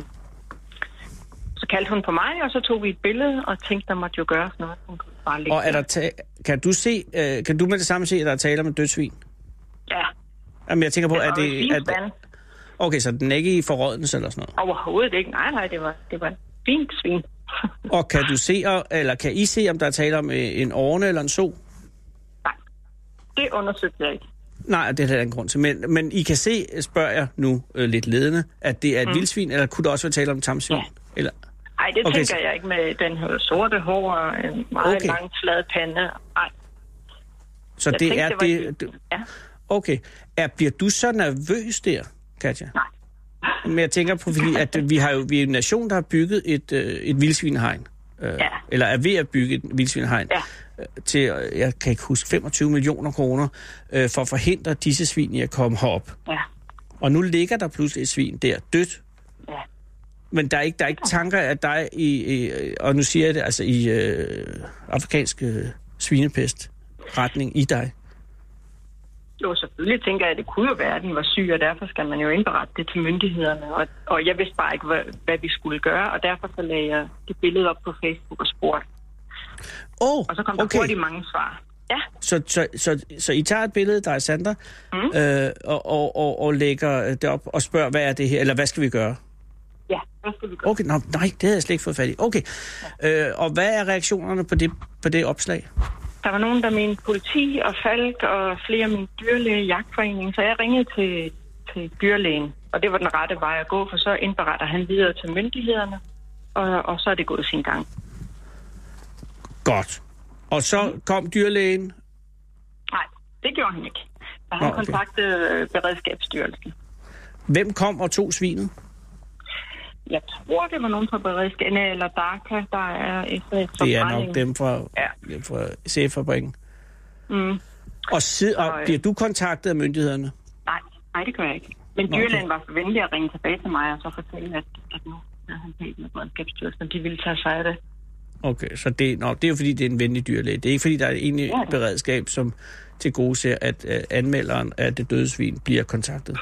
Speaker 3: Så kaldte hun på mig, og så tog vi et billede og tænkte, der måtte jo gøres noget. Hun kunne bare ligge.
Speaker 4: Og er der kan du med det samme se, at der er tale om et dødt svin?
Speaker 3: Ja.
Speaker 4: Jamen, jeg tænker på, at det... Okay, så den er ikke i forrådnelse eller sådan noget?
Speaker 3: Overhovedet ikke. Nej, det var et fint svin.
Speaker 4: Og kan du se, eller kan I se, om der er tale om en orne eller en so?
Speaker 3: Nej, det undersøgte jeg ikke.
Speaker 4: Nej, det er der en grund til. Men I kan se, spørger jeg nu lidt ledende, at det er et vildsvin, eller kunne der også være tale om et tamsvin?
Speaker 3: Ja. Nej, det tænker jeg ikke med den her sorte hår og en meget lang, flad pande. Nej.
Speaker 4: Så jeg det tænkte, er det...
Speaker 3: Ja.
Speaker 4: Okay. Bliver du så nervøs der, Katja?
Speaker 3: Nej.
Speaker 4: Men jeg tænker på, fordi at vi er en nation, der har bygget et vildsvinehegn. Eller er ved at bygge et vildsvinehegn. Til, jeg kan ikke huske, 25 millioner kroner for at forhindre disse svin i at komme herop. Ja. Og nu ligger der pludselig et svin der, dødt. Ja. Men der er ikke tanker af dig og nu siger jeg det, altså i afrikansk svinepest-retning i dig?
Speaker 3: Jo, selvfølgelig tænker jeg, at det kunne jo være, at den var syg, og derfor skal man jo indberette det til myndighederne. Og jeg vidste bare ikke, hvad vi skulle gøre, og derfor så lagde jeg det billede op på Facebook og spurgte. Og så kom der hurtigt mange svar. Ja.
Speaker 4: Så I tager et billede, der er Sandra, og lægger det op og spørger, hvad er det her, eller hvad skal vi gøre?
Speaker 3: Ja, hvad skal vi gøre?
Speaker 4: Okay, nej, det havde jeg slet ikke fået fat i. Okay, og hvad er reaktionerne på det opslag?
Speaker 3: Der var nogen, der mente politi og Falk og flere af min dyrlæge jagtforening, så jeg ringede til dyrlægen, og det var den rette vej at gå, for så indberetter han videre til myndighederne, og så er det gået sin gang.
Speaker 4: Godt. Og så kom dyrlægen?
Speaker 3: Nej, det gjorde han ikke. Han kontaktede Beredskabsstyrelsen.
Speaker 4: Hvem kom og tog svinet?
Speaker 3: Jeg tror, det var nogen fra Beredskabet, eller DACA, der er efter et
Speaker 4: det er nok dem fra C-fabrikken. Og bliver du kontaktet af myndighederne?
Speaker 3: Nej, det gør jeg ikke. Men dyrlægen var så venlig at ringe tilbage til mig, og så fortælle, at han talt med Beredskabsstyrelsen, og de ville tage sig af det.
Speaker 4: Okay, så det er jo fordi, det er en venlig dyrlæge. Det er ikke fordi, der er egentlig beredskab, som til gode ser, at anmelderen af det døde svin bliver kontaktet.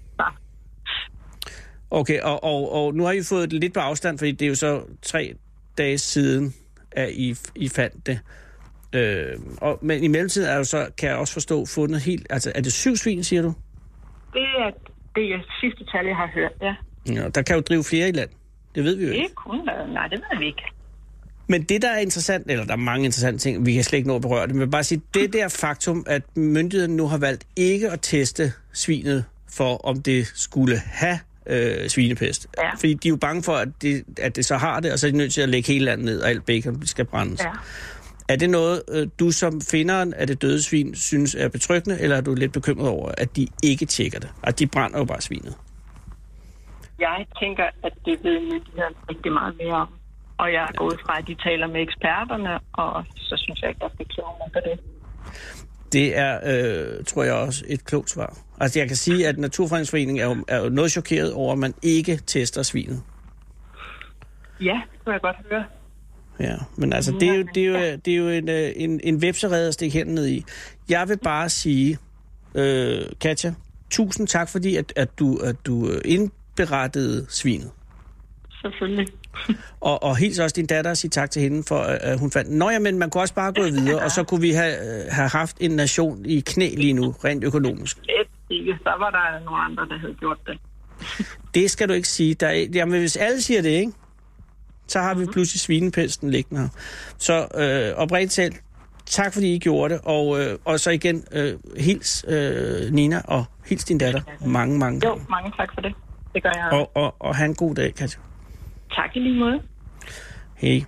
Speaker 4: Okay, og nu har I fået det lidt på afstand, fordi det er jo så 3 dage siden, at I fandt det. Men i mellemtiden er jo så, kan jeg også forstå, fundet helt... Altså, er det 7 svin, siger du?
Speaker 3: Det er det sidste tal, jeg har hørt, ja.
Speaker 4: Ja, der kan jo drive flere i land. Det ved vi jo ikke.
Speaker 3: Det kunne være. Nej, det ved vi ikke.
Speaker 4: Men det, der er interessant, eller der er mange interessante ting, vi kan slet ikke nå at berøre det, men bare sige, det der faktum, at myndighederne nu har valgt ikke at teste svinet for, om det skulle have svinepest. Ja. Fordi de er jo bange for, at det så har det, og så er de nødt til at lægge hele landet ned, og alt bacon skal brændes. Ja. Er det noget, du som finderen af det døde svin synes er betryggende, eller er du lidt bekymret over, at de ikke tjekker det? At de brænder jo bare svinet?
Speaker 3: Jeg tænker, at det ved myndighederne rigtig meget mere om. Og jeg er gået fra, at de taler med eksperterne, og så synes jeg ikke, der skal klare mig på det.
Speaker 4: Det er, tror jeg, også et klogt svar. Altså, jeg kan sige, at Naturfredningsforeningen er jo noget chokeret over, at man ikke tester svinet.
Speaker 3: Ja, det kan jeg godt høre.
Speaker 4: Ja, men altså, det er jo en vepserede at stikke hænden ned i. Jeg vil bare sige, Katja, tusind tak, fordi at du indberettede svinet.
Speaker 3: Selvfølgelig.
Speaker 4: Og hils også din datter og sige tak til hende for, at hun fandt... Nå ja, men man kunne også bare gå videre, og så kunne vi have haft en nation i knæ lige nu, rent økonomisk.
Speaker 3: Ikke. Så var der nogle andre, der havde gjort det.
Speaker 4: Det skal du ikke sige. Jamen, hvis alle siger det, ikke? Så har vi pludselig svinepesten liggende her. Så oprigtigt talt, tak fordi I gjorde det, og så igen, hils Nina, og hils din datter mange gange.
Speaker 3: Jo, mange tak for det. Det gør jeg.
Speaker 4: Og have en god dag, Katja.
Speaker 3: Tak i lige måde.
Speaker 4: Hej.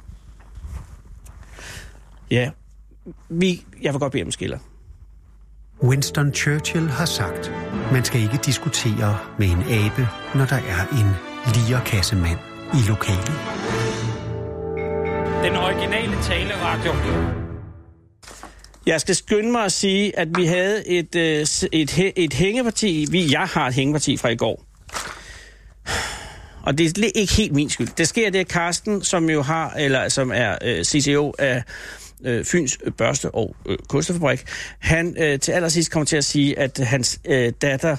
Speaker 4: Ja, jeg vil godt bede om skiller.
Speaker 2: Winston Churchill har sagt, man skal ikke diskutere med en abe, når der er en lierkassemand i lokalet.
Speaker 4: Den originale taleradio. Jeg skal skynde mig at sige, at vi havde et hængeparti. Jeg har et hængeparti fra i går. Og det er ikke helt min skyld. Det sker det, at Carsten, som jo har, eller som er CCO af Fyns Børste- og Kostefabrik, han til allersidst kommer til at sige, at hans datter,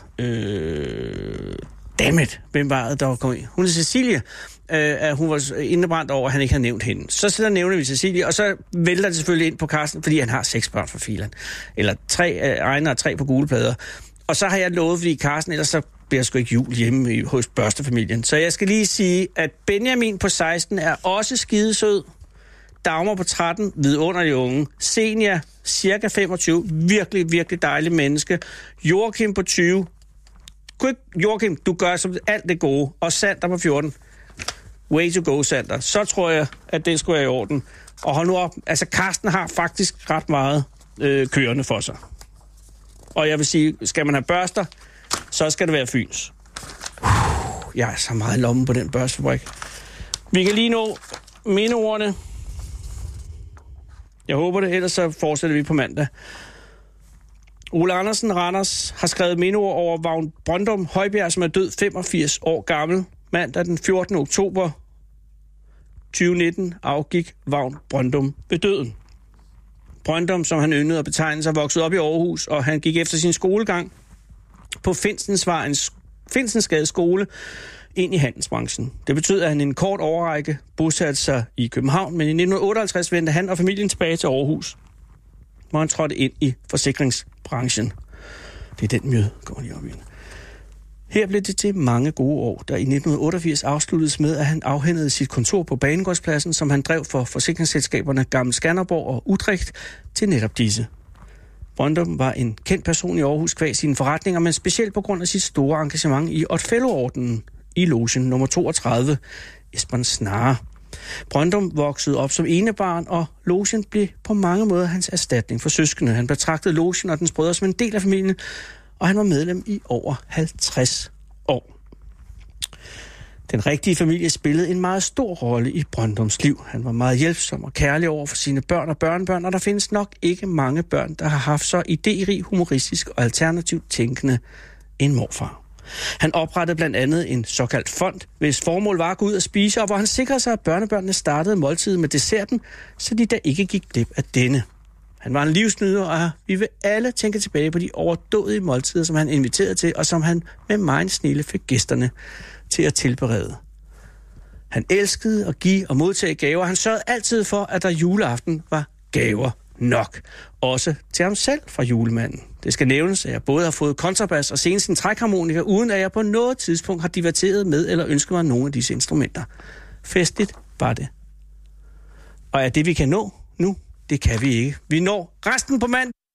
Speaker 4: hvem var det, der var kommet i? Hun er Cecilie, at hun var indebrændt over, at han ikke havde nævnt hende. Så sidder nævner vi Cecilie, og så vælter det selvfølgelig ind på Carsten, fordi han har 6 børn fra filen. Eller 3 egne og 3 på gule plader. Og så har jeg lovet, fordi Carsten, ellers så bliver sgu ikke jul hjemme hos børstefamilien. Så jeg skal lige sige, at Benjamin på 16 er også skidesød. Dagmar på 13, vidunderlig unge. Senia, cirka 25, virkelig, virkelig dejlig menneske. Joachim på 20. Joachim, du gør som alt det gode. Og Sander på 14. Way to go, Sander. Så tror jeg, at det skulle være i orden. Og hold nu op. Altså, Carsten har faktisk ret meget kørende for sig. Og jeg vil sige, skal man have børster, så skal det være Fyns. Jeg er så meget i lommen på den børstefabrik. Vi kan lige nå mindeordene. Jeg håber det, ellers så fortsætter vi på mandag. Ole Andersen Randers har skrevet mindeord over Vagn Brøndum Højbjerg, som er død 85 år gammel. Mandag den 14. oktober 2019 afgik Vagn Brøndum ved døden. Brøndum, som han yndede at betegne sig, voksede op i Aarhus, og han gik efter sin skolegang på Finsensgade skole ind i handelsbranchen. Det betød, at han i en kort årrække bosatte sig i København, men i 1958 vendte han og familien tilbage til Aarhus, hvor han trådte ind i forsikringsbranchen. Det er den mjød, går lige op i. Her blev det til mange gode år, der i 1988 afsluttedes med, at han afhændede sit kontor på Banegårdspladsen, som han drev for forsikringsselskaberne Gammel Skanderborg og Utrecht til netop disse. Brøndum var en kendt person i Aarhus qua sine forretninger, men specielt på grund af sit store engagement i Otfelloordenen i logen nummer 32, Esbern Snare. Brøndum voksede op som enebarn, og logen blev på mange måder hans erstatning for søskende. Han betragtede logen og dens brødre som en del af familien, og han var medlem i over 50 år. Den rigtige familie spillede en meget stor rolle i Brøndums liv. Han var meget hjælpsom og kærlig over for sine børn og børnebørn, og der findes nok ikke mange børn, der har haft så idérig, humoristisk og alternativt tænkende en morfar. Han oprettede blandt andet en såkaldt fond, hvis formål var at gå ud og spise, og hvor han sikrede sig, at børnebørnene startede måltidet med desserten, så de da ikke gik glip af denne. Han var en livsnyder, og vi vil alle tænke tilbage på de overdådige måltider, som han inviterede til, og som han med megen snilde fik gæsterne til at tilberede. Han elskede at give og modtage gaver. Han sørgede altid for, at der juleaften var gaver nok. Også til ham selv fra julemanden. Det skal nævnes, at jeg både har fået kontrabas og senest en trækharmonika, uden at jeg på noget tidspunkt har diverteret med eller ønsket mig nogle af disse instrumenter. Festligt var det. Og er det, vi kan nå nu? Det kan vi ikke. Vi når resten på mand.